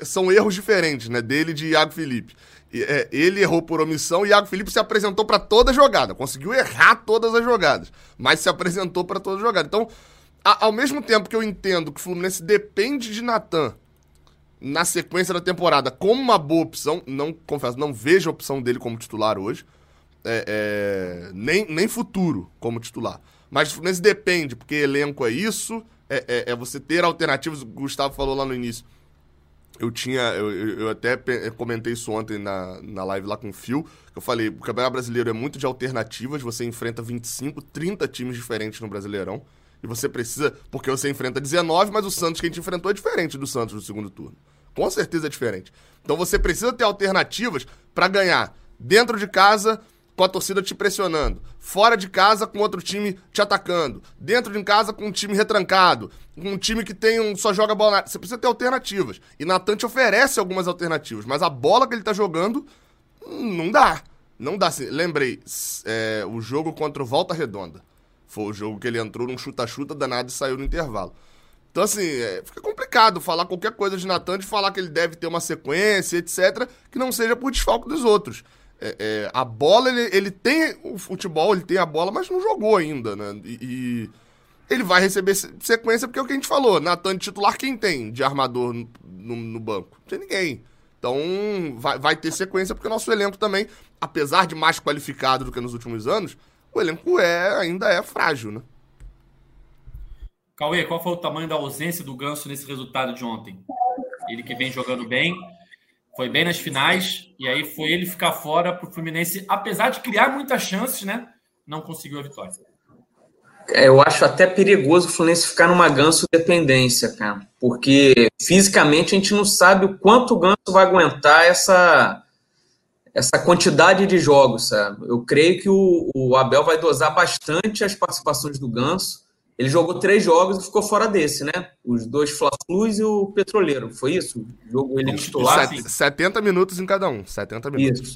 Speaker 4: são erros diferentes, né? Dele e de Iago Felipe. É, ele errou por omissão e Iago Felipe se apresentou para toda a jogada. Conseguiu errar todas as jogadas, mas se apresentou para toda a jogada. Então, a, ao mesmo tempo que eu entendo que o Fluminense depende de Natan na sequência da temporada como uma boa opção, não, confesso, não vejo a opção dele como titular hoje, é, é, nem, nem futuro como titular. Mas o Fluminense depende, porque elenco é isso, é, é, é você ter alternativas. O Gustavo falou lá no início. Eu tinha, eu, eu até comentei isso ontem na, na live lá com o Phil, que eu falei, o Campeonato Brasileiro é muito de alternativas, você enfrenta vinte e cinco, trinta times diferentes no Brasileirão, e você precisa, porque você enfrenta dezenove, mas o Santos que a gente enfrentou é diferente do Santos do segundo turno. Com certeza é diferente. Então você precisa ter alternativas para ganhar dentro de casa, com a torcida te pressionando, fora de casa com outro time te atacando, dentro de casa com um time retrancado, com um time que tem um, só joga bola na... Você precisa ter alternativas. E Natan te oferece algumas alternativas, mas a bola que ele tá jogando, não dá. Não dá. Lembrei, é, o jogo contra o Volta Redonda. Foi o jogo que ele entrou num chuta-chuta danado e saiu no intervalo. Então, assim, é, fica complicado falar qualquer coisa de Natan, de falar que ele deve ter uma sequência, etcétera, que não seja por desfalque dos outros. É, é, a bola, ele, ele tem o futebol, ele tem a bola, mas não jogou ainda, né? E, e ele vai receber sequência porque é o que a gente falou. Natan de titular, quem tem de armador no, no, no banco? Não tem ninguém. Então vai, vai ter sequência porque o nosso elenco também, apesar de mais qualificado do que nos últimos anos, o elenco é, ainda é frágil, né?
Speaker 2: Cauê, qual foi o tamanho da ausência do Ganso nesse resultado de ontem? Ele que vem jogando bem, foi bem nas finais, e aí foi ele ficar fora para o Fluminense, apesar de criar muitas chances, né? Não conseguiu a vitória.
Speaker 3: É, eu acho até perigoso o Fluminense ficar numa Ganso dependência, cara, porque fisicamente a gente não sabe o quanto o Ganso vai aguentar essa, essa quantidade de jogos, sabe? Eu creio que o, o Abel vai dosar bastante as participações do Ganso. Ele jogou três jogos e ficou fora desse, né? Os dois Fla-Flus e o Petroleiro. Foi isso? O jogo ele titular.
Speaker 4: Set, setenta minutos em cada um. setenta minutos.
Speaker 3: Isso.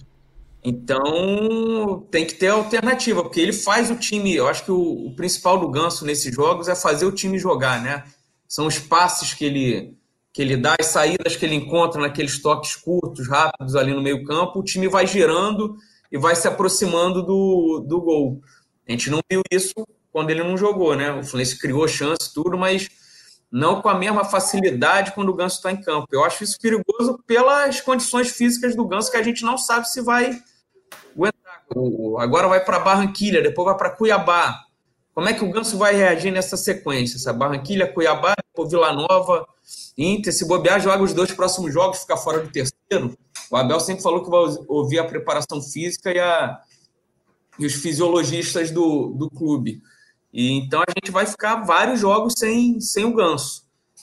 Speaker 3: Então, tem que ter alternativa, porque ele faz o time... Eu acho que o, o principal do Ganso nesses jogos é fazer o time jogar, né? São os passes que ele, que ele dá, as saídas que ele encontra naqueles toques curtos, rápidos ali no meio campo. O time vai girando e vai se aproximando do, do gol. A gente não viu isso quando ele não jogou, né? O Fluminense criou chance, tudo, mas não com a mesma facilidade quando o Ganso está em campo. Eu acho isso perigoso pelas condições físicas do Ganso, que a gente não sabe se vai aguentar. Agora vai para Barranquilha, depois vai para Cuiabá. Como é que o Ganso vai reagir nessa sequência? Essa Barranquilha, Cuiabá, depois Vila Nova, Inter, se bobear, joga os dois próximos jogos, fica fora do terceiro. O Abel sempre falou que vai ouvir a preparação física e, a, e os fisiologistas do, do clube. E então a gente vai ficar vários jogos sem, sem o Ganso.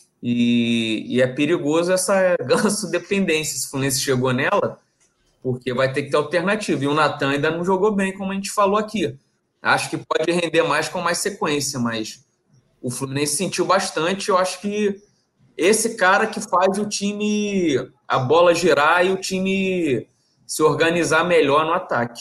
Speaker 3: E, e é perigoso essa Ganso dependência, se o Fluminense chegou nela, porque vai ter que ter alternativa. E o Natan ainda não jogou bem, como a gente falou aqui. Acho que pode render mais com mais sequência, mas o Fluminense sentiu bastante. Eu acho que esse cara que faz o time, a bola girar e o time se organizar melhor no ataque.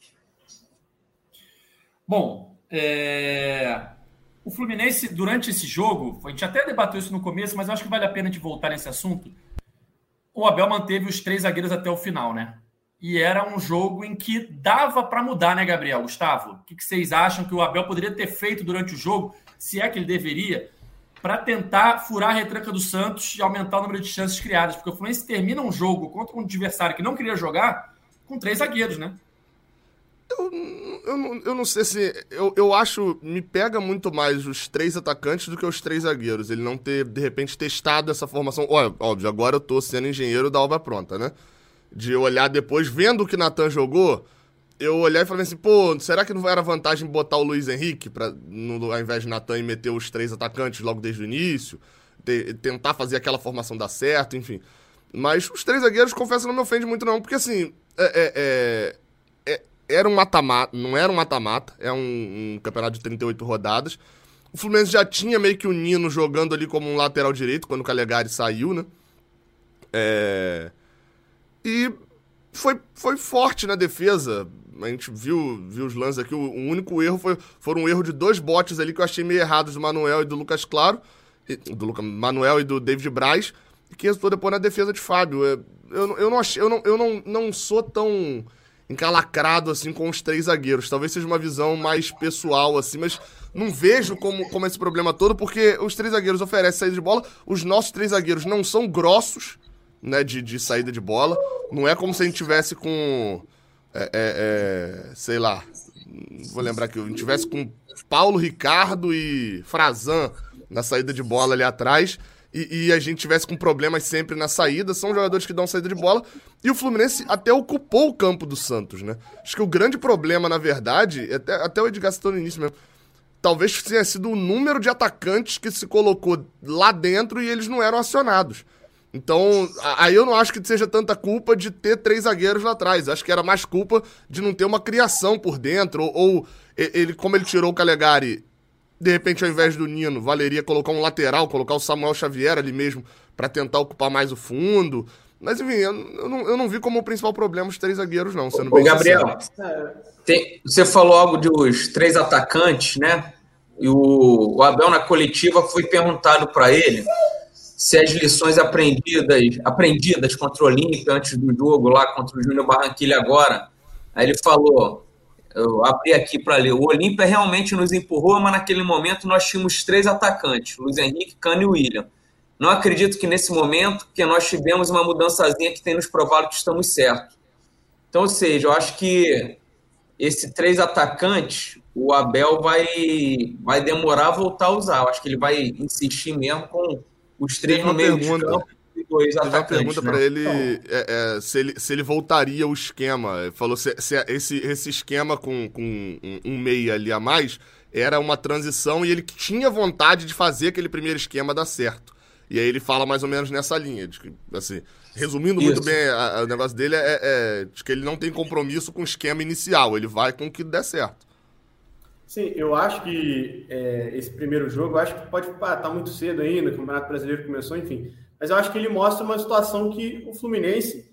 Speaker 2: Bom, É... o Fluminense, durante esse jogo, a gente até debateu isso no começo, mas eu acho que vale a pena de voltar nesse assunto. O Abel manteve os três zagueiros até o final, né? E era um jogo em que dava para mudar, né, Gabriel? Gustavo, o que vocês acham que o Abel poderia ter feito durante o jogo, se é que ele deveria, para tentar furar a retranca do Santos e aumentar o número de chances criadas? Porque o Fluminense termina um jogo contra um adversário que não queria jogar com três zagueiros, né?
Speaker 4: Eu, eu, não, eu não sei se... Eu, eu acho... Me pega muito mais os três atacantes do que os três zagueiros. Ele não ter, de repente, testado essa formação. Olha, óbvio, agora eu tô sendo engenheiro da obra pronta, né? De olhar depois, vendo o que Natan jogou, eu olhar e falei assim, pô, será que não era vantagem botar o Luiz Henrique, pra, no, ao invés de Natan, e meter os três atacantes logo desde o início? Te, tentar fazer aquela formação dar certo, enfim. Mas os três zagueiros, confesso, não me ofende muito não, porque assim... é... é, é Era um mata-mata, não era um mata-mata, é um, um campeonato de trinta e oito rodadas. O Fluminense já tinha meio que o Nino jogando ali como um lateral direito, quando o Calegari saiu, né? É... E foi, foi forte na defesa. A gente viu, viu os lances aqui. O, o único erro foi, foi um erro de dois botes ali que eu achei meio errados, do Manuel e do Lucas Claro. E, do Luca, Manuel e do David Braz. e que resultou depois na defesa de Fábio. Eu, eu, eu, não, achei, eu, não, eu não, não sou tão encalacrado assim com os três zagueiros. Talvez seja uma visão mais pessoal, assim, mas não vejo como, como esse problema todo, porque os três zagueiros oferecem saída de bola, os nossos três zagueiros não são grossos, né, de, de saída de bola. Não é como se a gente tivesse com, é, é, é, sei lá, vou lembrar aqui, a gente tivesse com Paulo, Ricardo e Frazan na saída de bola ali atrás, e, e a gente tivesse com problemas sempre na saída. São jogadores que dão saída de bola, e o Fluminense até ocupou o campo do Santos, né? Acho que o grande problema, na verdade, até, até o Edgar citou no início mesmo, talvez tenha sido o número de atacantes que se colocou lá dentro e eles não eram acionados. Então, aí eu não acho que seja tanta culpa de ter três zagueiros lá atrás. Acho que era mais culpa de não ter uma criação por dentro, ou, ou ele, como ele tirou o Calegari, de repente, ao invés do Nino, valeria colocar um lateral, colocar o Samuel Xavier ali mesmo, para tentar ocupar mais o fundo. Mas, enfim, eu, eu, não, eu não vi como o principal problema os três zagueiros, não, sendo bem
Speaker 3: Ô, Gabriel, tem, você falou algo dos três atacantes, né? E o, o Abel, na coletiva, foi perguntado para ele se as lições aprendidas, aprendidas contra o Olímpia antes do jogo, lá contra o Júnior Barranquilla agora. Aí ele falou, eu abri aqui para ler, o Olímpia realmente nos empurrou, mas naquele momento nós tínhamos três atacantes, Luiz Henrique, Cano e William. Não acredito que nesse momento, que nós tivemos uma mudançazinha que tem nos provado que estamos certos. Então, ou seja, eu acho que esse três atacantes, o Abel vai, vai demorar a voltar a usar. Eu acho que ele vai insistir mesmo com os três no meio de campo e dois atacantes. Uma pergunta,
Speaker 4: né, para ele, então, é, é, se ele se ele voltaria o esquema. Ele falou se, se esse, esse esquema com, com um, um meia ali a mais era uma transição e ele tinha vontade de fazer aquele primeiro esquema dar certo. E aí ele fala mais ou menos nessa linha, de que, assim, resumindo Isso. muito bem, a, a, o negócio dele é, é de que ele não tem compromisso com o esquema inicial, ele vai com o que der certo.
Speaker 5: Sim, eu acho que é, esse primeiro jogo, eu acho que pode estar tá muito cedo ainda, o Campeonato Brasileiro começou, enfim, mas eu acho que ele mostra uma situação que o Fluminense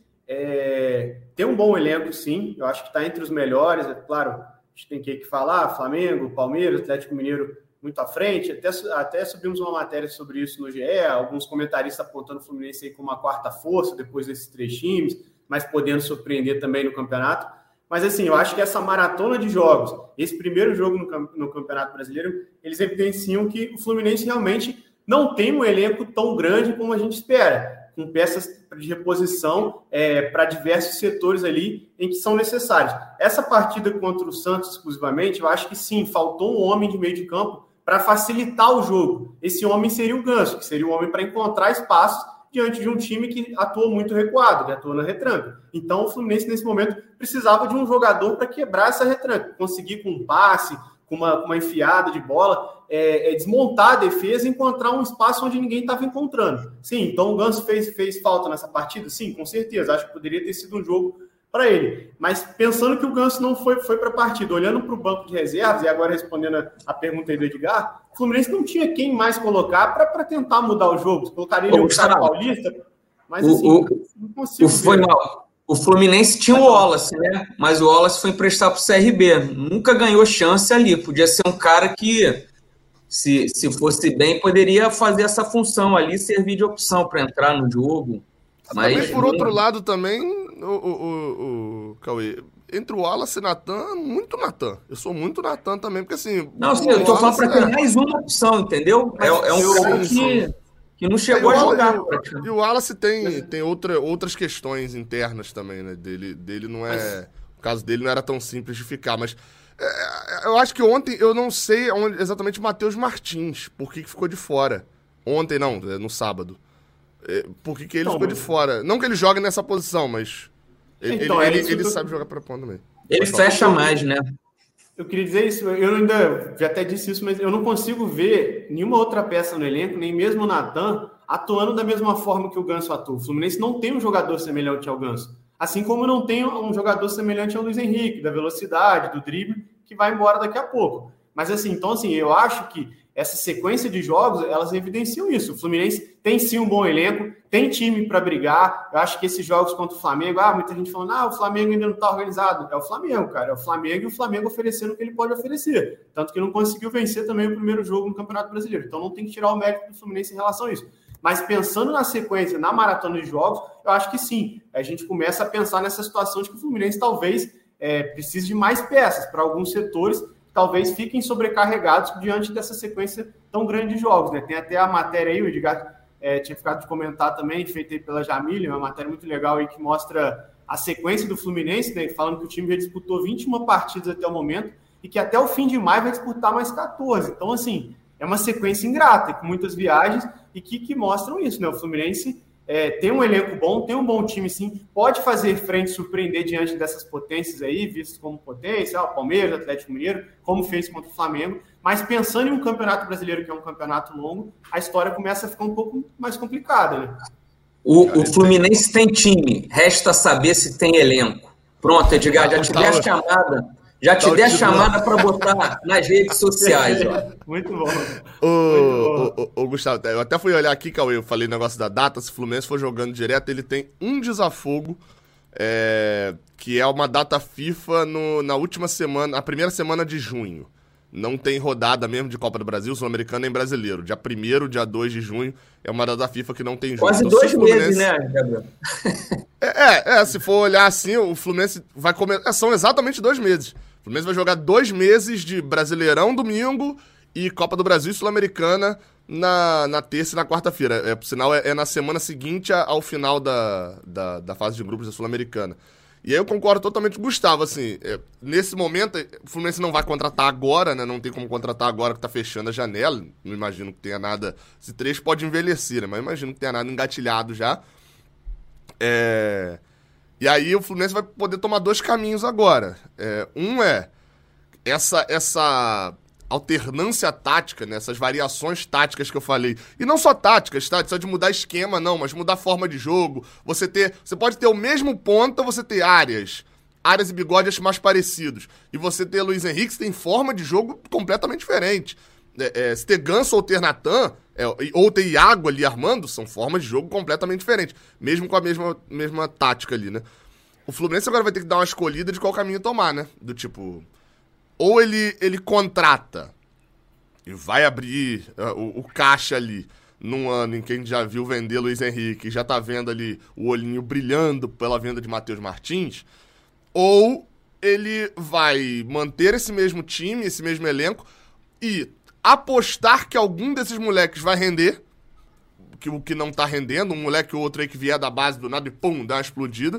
Speaker 5: é, tem um bom elenco, sim, eu acho que está entre os melhores, é claro, a gente tem que falar, Flamengo, Palmeiras, Atlético Mineiro muito à frente, até, até subimos uma matéria sobre isso no G E, alguns comentaristas apontando o Fluminense aí como uma quarta força, depois desses três times, mas podendo surpreender também no campeonato. Mas assim, eu acho que essa maratona de jogos, esse primeiro jogo no, no Campeonato Brasileiro, eles evidenciam que o Fluminense realmente não tem um elenco tão grande como a gente espera, com peças de reposição é, para diversos setores ali em que são necessários. Essa partida contra o Santos exclusivamente, eu acho que sim, faltou um homem de meio de campo para facilitar o jogo. Esse homem seria o Ganso, que seria o homem para encontrar espaços diante de um time que atua muito recuado, que atua na retranca. Então, o Fluminense, nesse momento, precisava de um jogador para quebrar essa retranca, conseguir com um passe, com uma, uma enfiada de bola, é, é desmontar a defesa e encontrar um espaço onde ninguém estava encontrando. Sim, então o Ganso fez, fez falta nessa partida? Sim, com certeza. Acho que poderia ter sido um jogo para ele. Mas pensando que o Ganso não foi, foi para a partida, olhando para o banco de reservas, e agora respondendo a, a pergunta aí do Edgar, o Fluminense não tinha quem mais colocar para tentar mudar o jogo. Colocaria ele no cara paulista, mas assim,
Speaker 3: o,
Speaker 5: não consigo
Speaker 3: o, foi, o Fluminense tinha o Wallace, né? Mas o Wallace foi emprestar para o C R B. Nunca ganhou chance ali. Podia ser um cara que, se, se fosse bem, poderia fazer essa função ali, servir de opção para entrar no jogo. Mas,
Speaker 4: também, por outro lado, também, o, o, o, o Cauê, entre o Wallace e o Natan, muito Natan. Eu sou muito Natan também, porque assim...
Speaker 3: Não, sim, eu tô falando para ter é... mais uma opção, entendeu? É, é um cara que, que não chegou a jogar.
Speaker 4: E o Wallace tem, tem outra, outras questões internas também, né? Dele, dele não é... Mas... O caso dele não era tão simples de ficar, mas... É, eu acho que ontem, eu não sei onde, exatamente o Matheus Martins, por que que ficou de fora. Ontem, não, no sábado. Por que que ele então, ficou mas... de fora? Não que ele jogue nessa posição, mas ele, então, ele, é ele, ele sabe jogar para ponta também.
Speaker 3: Ele fecha mais, né?
Speaker 5: Eu queria dizer isso, eu ainda já até disse isso, mas eu não consigo ver nenhuma outra peça no elenco, nem mesmo o Natan, atuando da mesma forma que o Ganso atua. O Fluminense não tem um jogador semelhante ao Ganso. Assim como não tem um jogador semelhante ao Luiz Henrique, da velocidade, do drible, que vai embora daqui a pouco. Mas assim, então assim, eu acho que essa sequência de jogos, elas evidenciam isso. O Fluminense tem sim um bom elenco, tem time para brigar. Eu acho que esses jogos contra o Flamengo, ah, muita gente falando, ah, o Flamengo ainda não está organizado. É o Flamengo, cara. É o Flamengo e o Flamengo oferecendo o que ele pode oferecer. Tanto que não conseguiu vencer também o primeiro jogo no Campeonato Brasileiro. Então não tem que tirar o mérito do Fluminense em relação a isso. Mas pensando na sequência, na maratona de jogos, eu acho que sim. A gente começa a pensar nessa situação de que o Fluminense talvez é, precise de mais peças para alguns setores que talvez fiquem sobrecarregados diante dessa sequência tão grande de jogos, né? Tem até a matéria aí, o Edgar é, tinha ficado de comentar também, feita aí pela Jamília, uma matéria muito legal aí que mostra a sequência do Fluminense, né? Falando que o time já disputou vinte e uma partidas até o momento e que até o fim de maio vai disputar mais quatorze. Então, assim, é uma sequência ingrata, com muitas viagens e que, que mostram isso, né? O Fluminense é, tem um elenco bom, tem um bom time, sim, pode fazer frente, surpreender diante dessas potências aí, vistos como potência, o Palmeiras, Atlético Mineiro, como fez contra o Flamengo, mas pensando em um campeonato brasileiro, que é um campeonato longo, a história começa a ficar um pouco mais complicada, né?
Speaker 3: O, o Fluminense tem time, resta saber se tem elenco. Pronto, Edgar, já te dei a chamada, já te dei a chamada para botar nas redes sociais. Ó.
Speaker 5: Muito bom.
Speaker 4: Ô, ô, ô, ô, Gustavo, eu até fui olhar aqui, Cauê, eu falei o negócio da data, se o Fluminense for jogando direto, ele tem um desafogo, é, que é uma data FIFA no, na última semana, a primeira semana de junho. Não tem rodada mesmo de Copa do Brasil, Sul-Americano nem brasileiro. Dia primeiro, dia dois de junho, é uma data FIFA que não tem jogo.
Speaker 3: Quase
Speaker 4: então,
Speaker 3: dois
Speaker 4: Fluminense...
Speaker 3: meses, né, Gabriel?
Speaker 4: É, é, se for olhar assim, o Fluminense vai começar... São exatamente dois meses. O Fluminense vai jogar dois meses de Brasileirão domingo e Copa do Brasil e Sul-Americana na, na terça e na quarta-feira. É, por sinal, é, é na semana seguinte ao final da, da, da fase de grupos da Sul-Americana. E aí eu concordo totalmente com o Gustavo, assim, é, nesse momento, o Fluminense não vai contratar agora, né, não tem como contratar agora que tá fechando a janela, não imagino que tenha nada, esse trecho pode envelhecer, né, mas imagino que tenha nada engatilhado já. É, e aí o Fluminense vai poder tomar dois caminhos agora. É, um é essa, essa alternância tática, né, essas variações táticas que eu falei. E não só táticas, tá? Só de mudar esquema, não, mas mudar forma de jogo. Você ter, você pode ter o mesmo ponta, você ter áreas, áreas e bigodes mais parecidos. E você ter Luiz Henrique, que tem forma de jogo completamente diferente. É, é, se ter Ganso ou ter Natan, é, ou ter Iago ali armando, são formas de jogo completamente diferentes. Mesmo com a mesma, mesma tática ali, né? O Fluminense agora vai ter que dar uma escolhida de qual caminho tomar, né? Do tipo... Ou ele, ele contrata e vai abrir uh, o, o caixa ali num ano em que a gente já viu vender Luiz Henrique e já tá vendo ali o olhinho brilhando pela venda de Matheus Martins, ou ele vai manter esse mesmo time, esse mesmo elenco e apostar que algum desses moleques vai render, que o que não tá rendendo, um moleque ou outro aí que vier da base do nada e pum, dá uma explodida.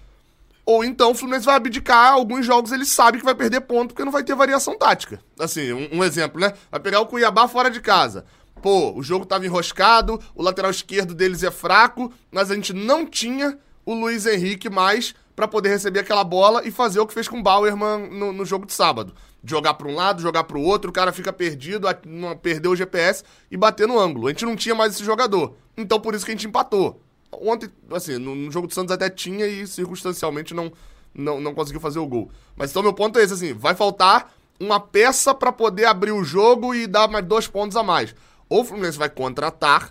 Speaker 4: Ou então o Fluminense vai abdicar, alguns jogos ele sabe que vai perder ponto porque não vai ter variação tática. Assim, um, um exemplo, né? Vai pegar o Cuiabá fora de casa. Pô, o jogo tava enroscado, o lateral esquerdo deles é fraco, mas a gente não tinha o Luiz Henrique mais pra poder receber aquela bola e fazer o que fez com o Bauerman no, no jogo de sábado. Jogar pra um lado, jogar pro outro, o cara fica perdido, perdeu o G P S e bater no ângulo. A gente não tinha mais esse jogador. Então por isso que a gente empatou. Ontem, assim, no, no jogo do Santos até tinha e circunstancialmente não, não, não conseguiu fazer o gol. Mas então meu ponto é esse, assim, vai faltar uma peça pra poder abrir o jogo e dar mais dois pontos a mais. Ou o Fluminense vai contratar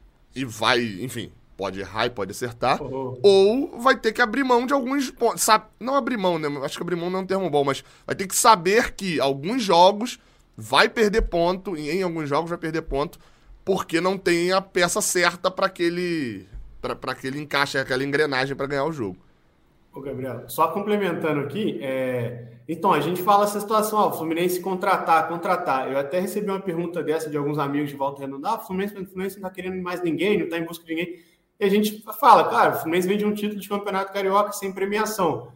Speaker 4: e vai, enfim, pode errar e pode acertar, oh. ou vai ter que abrir mão de alguns pontos. Sabe, não abrir mão, né? Acho que abrir mão não é um termo bom, mas vai ter que saber que alguns jogos vai perder ponto, e em alguns jogos vai perder ponto, porque não tem a peça certa pra aquele... para que ele encaixe aquela engrenagem para ganhar o jogo.
Speaker 5: Ô, Gabriel, só complementando aqui, é... então, a gente fala essa situação, ó, o Fluminense contratar, contratar. Eu até recebi uma pergunta dessa de alguns amigos de Volta Redonda, ah, o Fluminense, o Fluminense não está querendo mais ninguém, não está em busca de ninguém. E a gente fala, cara, o Fluminense vende um título de campeonato carioca sem premiação.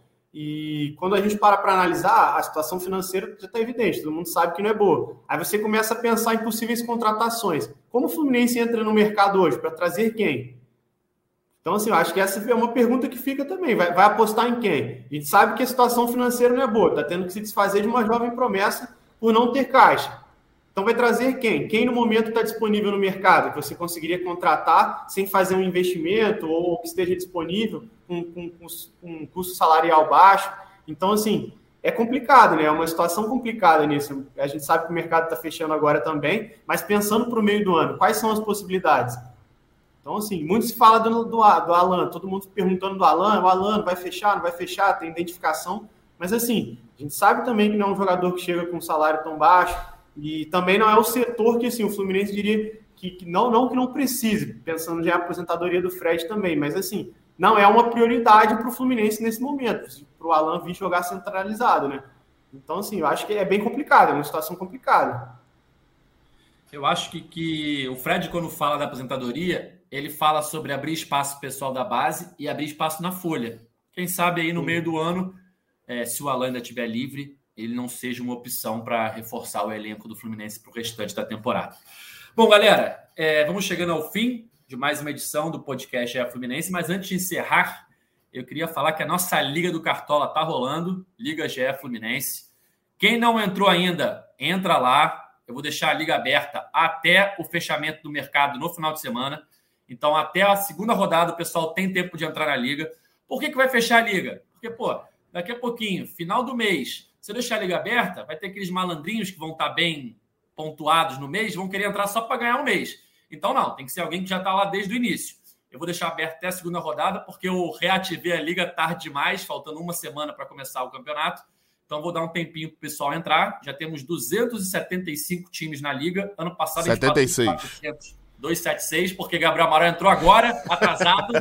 Speaker 5: E quando a gente para para analisar, a situação financeira já está evidente, todo mundo sabe que não é boa. Aí você começa a pensar em possíveis contratações. Como o Fluminense entra no mercado hoje? Para trazer quem? Então, assim, eu acho que essa é uma pergunta que fica também. Vai, vai apostar em quem? A gente sabe que a situação financeira não é boa. Está tendo que se desfazer de uma jovem promessa por não ter caixa. Então, vai trazer quem? Quem, no momento, está disponível no mercado, que você conseguiria contratar sem fazer um investimento ou que esteja disponível com, com, com um custo salarial baixo. Então, assim, é complicado, né? É uma situação complicada nisso. A gente sabe que o mercado está fechando agora também, mas pensando para o meio do ano, quais são as possibilidades? Então, assim, muito se fala do, do, do Alan, todo mundo perguntando do Alan, o Alan vai fechar, não vai fechar, tem identificação, mas assim, a gente sabe também que não é um jogador que chega com um salário tão baixo, e também não é o setor que, assim, o Fluminense diria que, que não, não que não precise, pensando já em aposentadoria do Fred também, mas assim, não é uma prioridade para o Fluminense nesse momento, para o Alan vir jogar centralizado, né? Então, assim, eu acho que é bem complicado, é uma situação complicada.
Speaker 2: Eu acho que, que o Fred, quando fala da aposentadoria, ele fala sobre abrir espaço pessoal da base e abrir espaço na folha. Quem sabe aí no Sim. meio do ano, é, se o Alan ainda estiver livre, ele não seja uma opção para reforçar o elenco do Fluminense para o restante da temporada. Bom, galera, é, vamos chegando ao fim de mais uma edição do podcast G E Fluminense, mas antes de encerrar, eu queria falar que a nossa Liga do Cartola está rolando, Liga G E Fluminense. Quem não entrou ainda, entra lá. Eu vou deixar a liga aberta até o fechamento do mercado no final de semana. Então, até a segunda rodada, o pessoal tem tempo de entrar na liga. Por que, que vai fechar a liga? Porque, pô, daqui a pouquinho, final do mês, se eu deixar a liga aberta, vai ter aqueles malandrinhos que vão estar bem pontuados no mês, vão querer entrar só para ganhar um mês. Então, não, tem que ser alguém que já está lá desde o início. Eu vou deixar aberto até a segunda rodada, porque eu reativei a liga tarde demais, faltando uma semana para começar o campeonato. Então, vou dar um tempinho para o pessoal entrar. Já temos duzentos e setenta e cinco times na liga. Ano passado,
Speaker 4: setenta e seis.
Speaker 2: A gente passou duzentos e setenta e seis, porque Gabriel Amaral entrou agora, atrasado.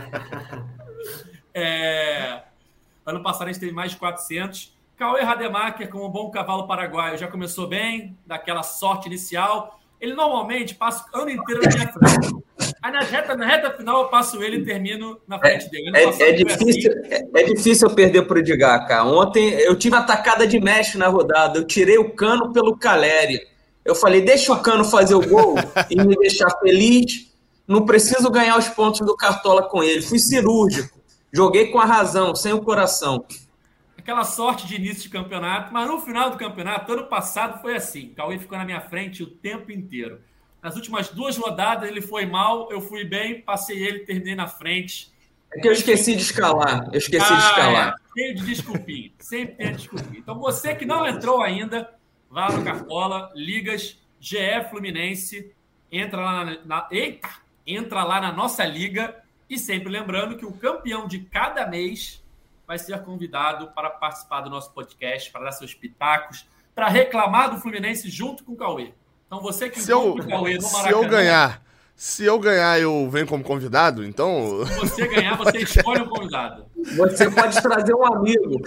Speaker 2: é... Ano passado, a gente teve mais de quatrocentos. Cauê Rademacher, como um bom cavalo paraguaio, já começou bem, daquela sorte inicial. Ele normalmente passa o ano inteiro na minha frente. Aí na reta, na reta final eu passo ele e termino na frente dele.
Speaker 3: É, é, difícil, assim. é, é difícil eu perder pro Edgar, cara. Ontem eu tive atacada de mexe na rodada. Eu tirei o Cano pelo Caleri. Eu falei, deixa o Cano fazer o gol e me deixar feliz. Não preciso ganhar os pontos do Cartola com ele. Fui cirúrgico. Joguei com a razão, sem o coração.
Speaker 2: Aquela sorte de início de campeonato, mas no final do campeonato, ano passado foi assim. O Cauê ficou na minha frente o tempo inteiro. Nas últimas duas rodadas ele foi mal, eu fui bem, passei ele, terminei na frente.
Speaker 3: É que eu esqueci de escalar, eu esqueci ah, de escalar.
Speaker 2: É, cheio de desculpinha, sempre tem desculpinha. Então você que não entrou ainda, vá no Cartola, Ligas, G E Fluminense, entra lá na, na, eita, entra lá na nossa liga e sempre lembrando que o campeão de cada mês vai ser convidado para participar do nosso podcast, para dar seus pitacos, para reclamar do Fluminense junto com o Cauê. Então você que
Speaker 4: se eu,
Speaker 2: o Cauê no Maracanã...
Speaker 4: Se eu ganhar, se eu ganhar, eu venho como convidado, então...
Speaker 2: Se você ganhar, você escolhe um convidado.
Speaker 3: Você pode trazer um amigo.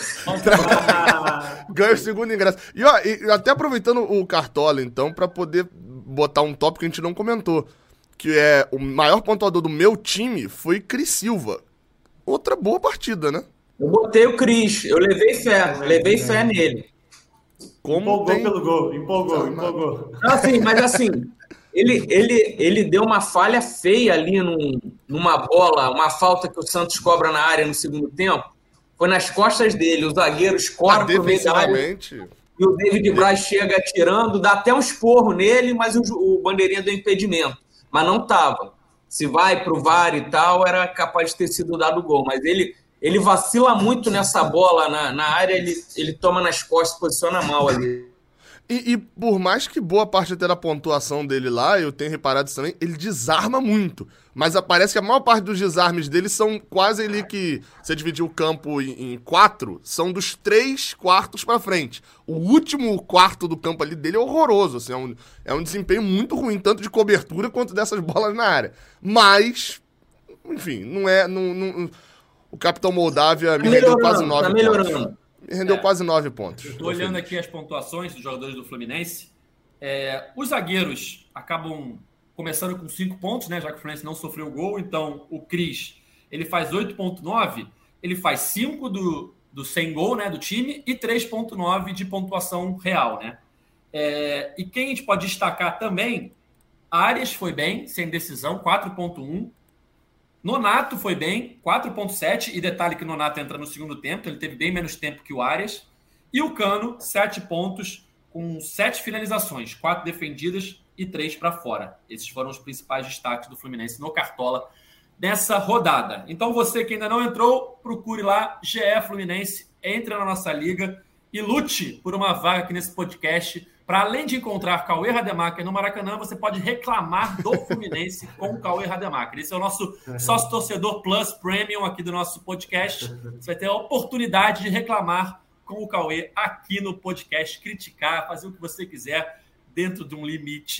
Speaker 4: Ganha o segundo ingresso. E, ó, e até aproveitando o Cartola, então, para poder botar um tópico que a gente não comentou, que é o maior pontuador do meu time foi Cris Silva. Outra boa partida, né?
Speaker 3: Eu botei o Cris, eu levei fé, levei fé nele.
Speaker 5: Como empolgou tem... pelo gol, empolgou, não, empolgou.
Speaker 3: Não, assim, mas assim, ele, ele, ele deu uma falha feia ali num, numa bola, uma falta que o Santos cobra na área no segundo tempo. Foi nas costas dele, o zagueiro escora pro meio da área. E o David Braz chega atirando, dá até um esporro nele, mas o, o bandeirinha deu impedimento. Mas não tava. Se vai pro V A R e tal, era capaz de ter sido dado o gol. Mas ele... Ele vacila muito nessa bola na, na área, ele, ele toma nas costas, posiciona mal ali.
Speaker 4: E, e por mais que boa parte até da pontuação dele lá, eu tenho reparado isso também, ele desarma muito. Mas parece que a maior parte dos desarmes dele são quase ali que, você dividir o campo em, em quatro, são dos três quartos pra frente. O último quarto do campo ali dele é horroroso, assim, é, um, é um desempenho muito ruim, tanto de cobertura quanto dessas bolas na área. Mas, enfim, não é... Não, não, o Capitão Moldávia me tá rendeu quase nove tá pontos. Me rendeu é, quase nove pontos.
Speaker 2: Estou olhando aqui as pontuações dos jogadores do Fluminense. É, os zagueiros acabam começando com cinco pontos, né? Já que o Fluminense não sofreu gol. Então, o Cris, ele faz oito vírgula nove. Ele faz cinco do, do sem gol, né? Do time e três vírgula nove de pontuação real, né? É, e quem a gente pode destacar também, Arias foi bem, sem decisão, quatro vírgula um. Nonato foi bem, quatro vírgula sete, e detalhe que o Nonato entra no segundo tempo, ele teve bem menos tempo que o Arias. E o Cano, sete pontos, com sete finalizações, quatro defendidas e três para fora. Esses foram os principais destaques do Fluminense no Cartola nessa rodada. Então você que ainda não entrou, procure lá, G E Fluminense, entre na nossa liga e lute por uma vaga aqui nesse podcast. Para além de encontrar Cauê Rademacher no Maracanã, você pode reclamar do Fluminense com o Cauê Rademacher. Esse é o nosso sócio-torcedor Plus Premium aqui do nosso podcast. Você vai ter a oportunidade de reclamar com o Cauê aqui no podcast, criticar, fazer o que você quiser dentro de um limite,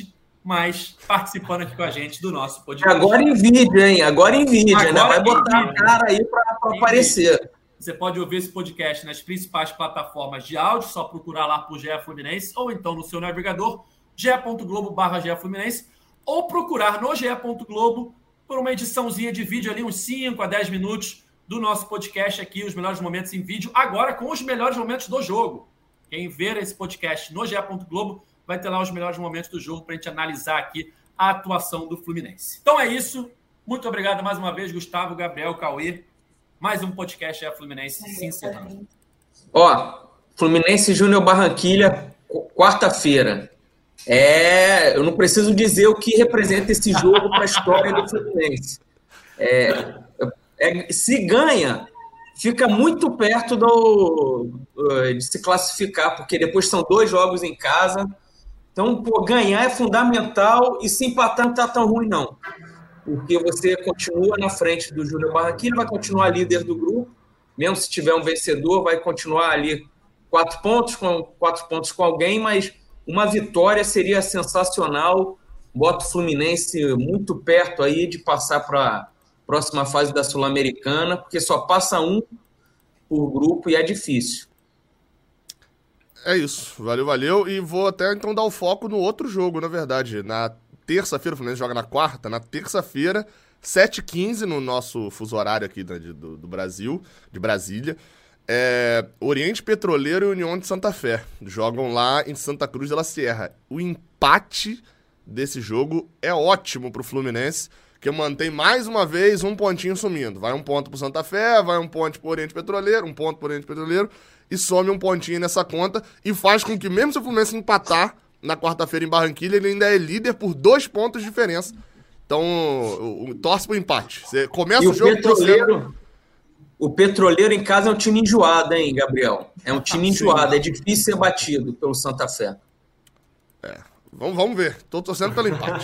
Speaker 2: mas participando aqui com a gente do nosso podcast.
Speaker 3: Agora em vídeo, hein? Agora em vídeo.
Speaker 2: Agora
Speaker 3: ainda vai botar
Speaker 2: vídeo.
Speaker 3: a cara aí para aparecer.
Speaker 2: Você pode ouvir esse podcast nas principais plataformas de áudio, só procurar lá por G E Fluminense, ou então no seu navegador, ge ponto globo barra G E Fluminense, ou procurar no ge ponto globo por uma ediçãozinha de vídeo ali, uns cinco a dez minutos do nosso podcast aqui, os melhores momentos em vídeo, agora com os melhores momentos do jogo. Quem ver esse podcast no ge ponto globo vai ter lá os melhores momentos do jogo para a gente analisar aqui a atuação do Fluminense. Então é isso. Muito obrigado mais uma vez, Gustavo, Gabriel, Cauê. Mais um podcast é Fluminense se encerrando.
Speaker 3: Ó, Fluminense Júnior Barranquilha, quarta-feira. É, eu não preciso dizer o que representa esse jogo para a história do Fluminense. É, é, se ganha, fica muito perto do, de se classificar, porque depois são dois jogos em casa. Então, pô, ganhar é fundamental e se empatar não está tão ruim, não. Porque você continua na frente do Júnior Barranquilla, vai continuar líder do grupo, mesmo se tiver um vencedor, vai continuar ali quatro pontos com, quatro pontos com alguém, mas uma vitória seria sensacional, bota o Fluminense muito perto aí de passar para a próxima fase da Sul-Americana, porque só passa um por grupo e é difícil.
Speaker 4: É isso, valeu, valeu, e vou até então dar o foco no outro jogo, na verdade, na terça-feira, o Fluminense joga na quarta, na terça-feira, sete e quinze no nosso fuso horário aqui do, do, do Brasil, de Brasília, é, Oriente Petroleiro e União de Santa Fé, jogam lá em Santa Cruz de la Sierra. O empate desse jogo é ótimo pro Fluminense, que mantém mais uma vez um pontinho sumindo, vai um ponto pro Santa Fé, vai um ponto pro Oriente Petroleiro, um ponto pro Oriente Petroleiro, e some um pontinho nessa conta, e faz com que mesmo se o Fluminense empatar na quarta-feira em Barranquilla, ele ainda é líder por dois pontos de diferença. Então, o, o, torce pro empate. Você começa
Speaker 3: e
Speaker 4: o,
Speaker 3: o
Speaker 4: jogo...
Speaker 3: Petroleiro,
Speaker 4: torcendo...
Speaker 3: o Petroleiro em casa é um time enjoado, hein, Gabriel? É um time enjoado, é difícil ser batido pelo Santa Fé.
Speaker 4: É, vamos, vamos ver. Tô torcendo pelo empate.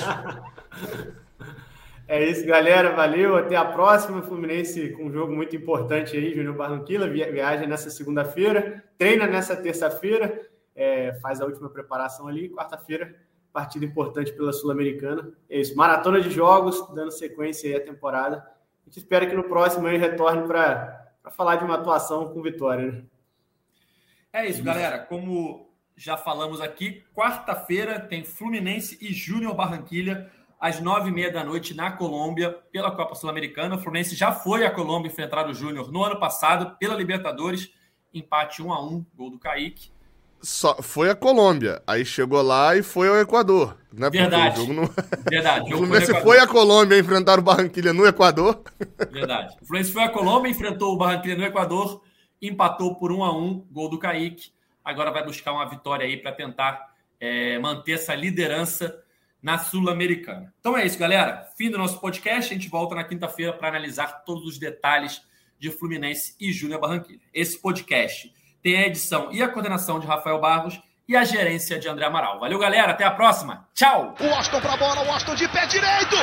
Speaker 5: É isso, galera. Valeu. Até a próxima. Fluminense com um jogo muito importante aí, Júnior Barranquilla. Viaja nessa segunda-feira, treina nessa terça-feira. É, faz a última preparação ali, quarta-feira, partida importante pela Sul-Americana. É isso, maratona de jogos, dando sequência aí à temporada. A gente espera que no próximo ele retorne para falar de uma atuação com vitória, né?
Speaker 2: É isso, galera. Como já falamos aqui, quarta-feira tem Fluminense e Júnior Barranquilla, às nove e meia da noite na Colômbia, pela Copa Sul-Americana. O Fluminense já foi à Colômbia enfrentar o Júnior no ano passado, pela Libertadores, empate um a um, gol do Kaique.
Speaker 4: Só foi a Colômbia, aí chegou lá e foi ao Equador. Não é
Speaker 2: Verdade,
Speaker 4: o jogo não...
Speaker 2: verdade.
Speaker 4: O Fluminense foi, foi a Colômbia enfrentar o Barranquilla no Equador.
Speaker 2: Verdade. O Fluminense foi a Colômbia, enfrentou o Barranquilla no Equador, empatou por um a um, gol do Kaique. Agora vai buscar uma vitória aí para tentar é, manter essa liderança na Sul-Americana. Então é isso, galera. Fim do nosso podcast. A gente volta na quinta-feira para analisar todos os detalhes de Fluminense e Júnior Barranquilla. Esse podcast tem a edição e a coordenação de Rafael Barros e a gerência de André Amaral. Valeu, galera. Até a próxima. Tchau.
Speaker 6: O Washington pra bola. O Washington de pé direito.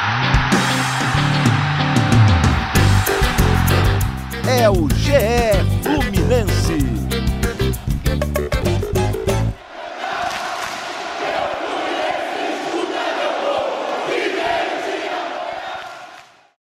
Speaker 6: É o G E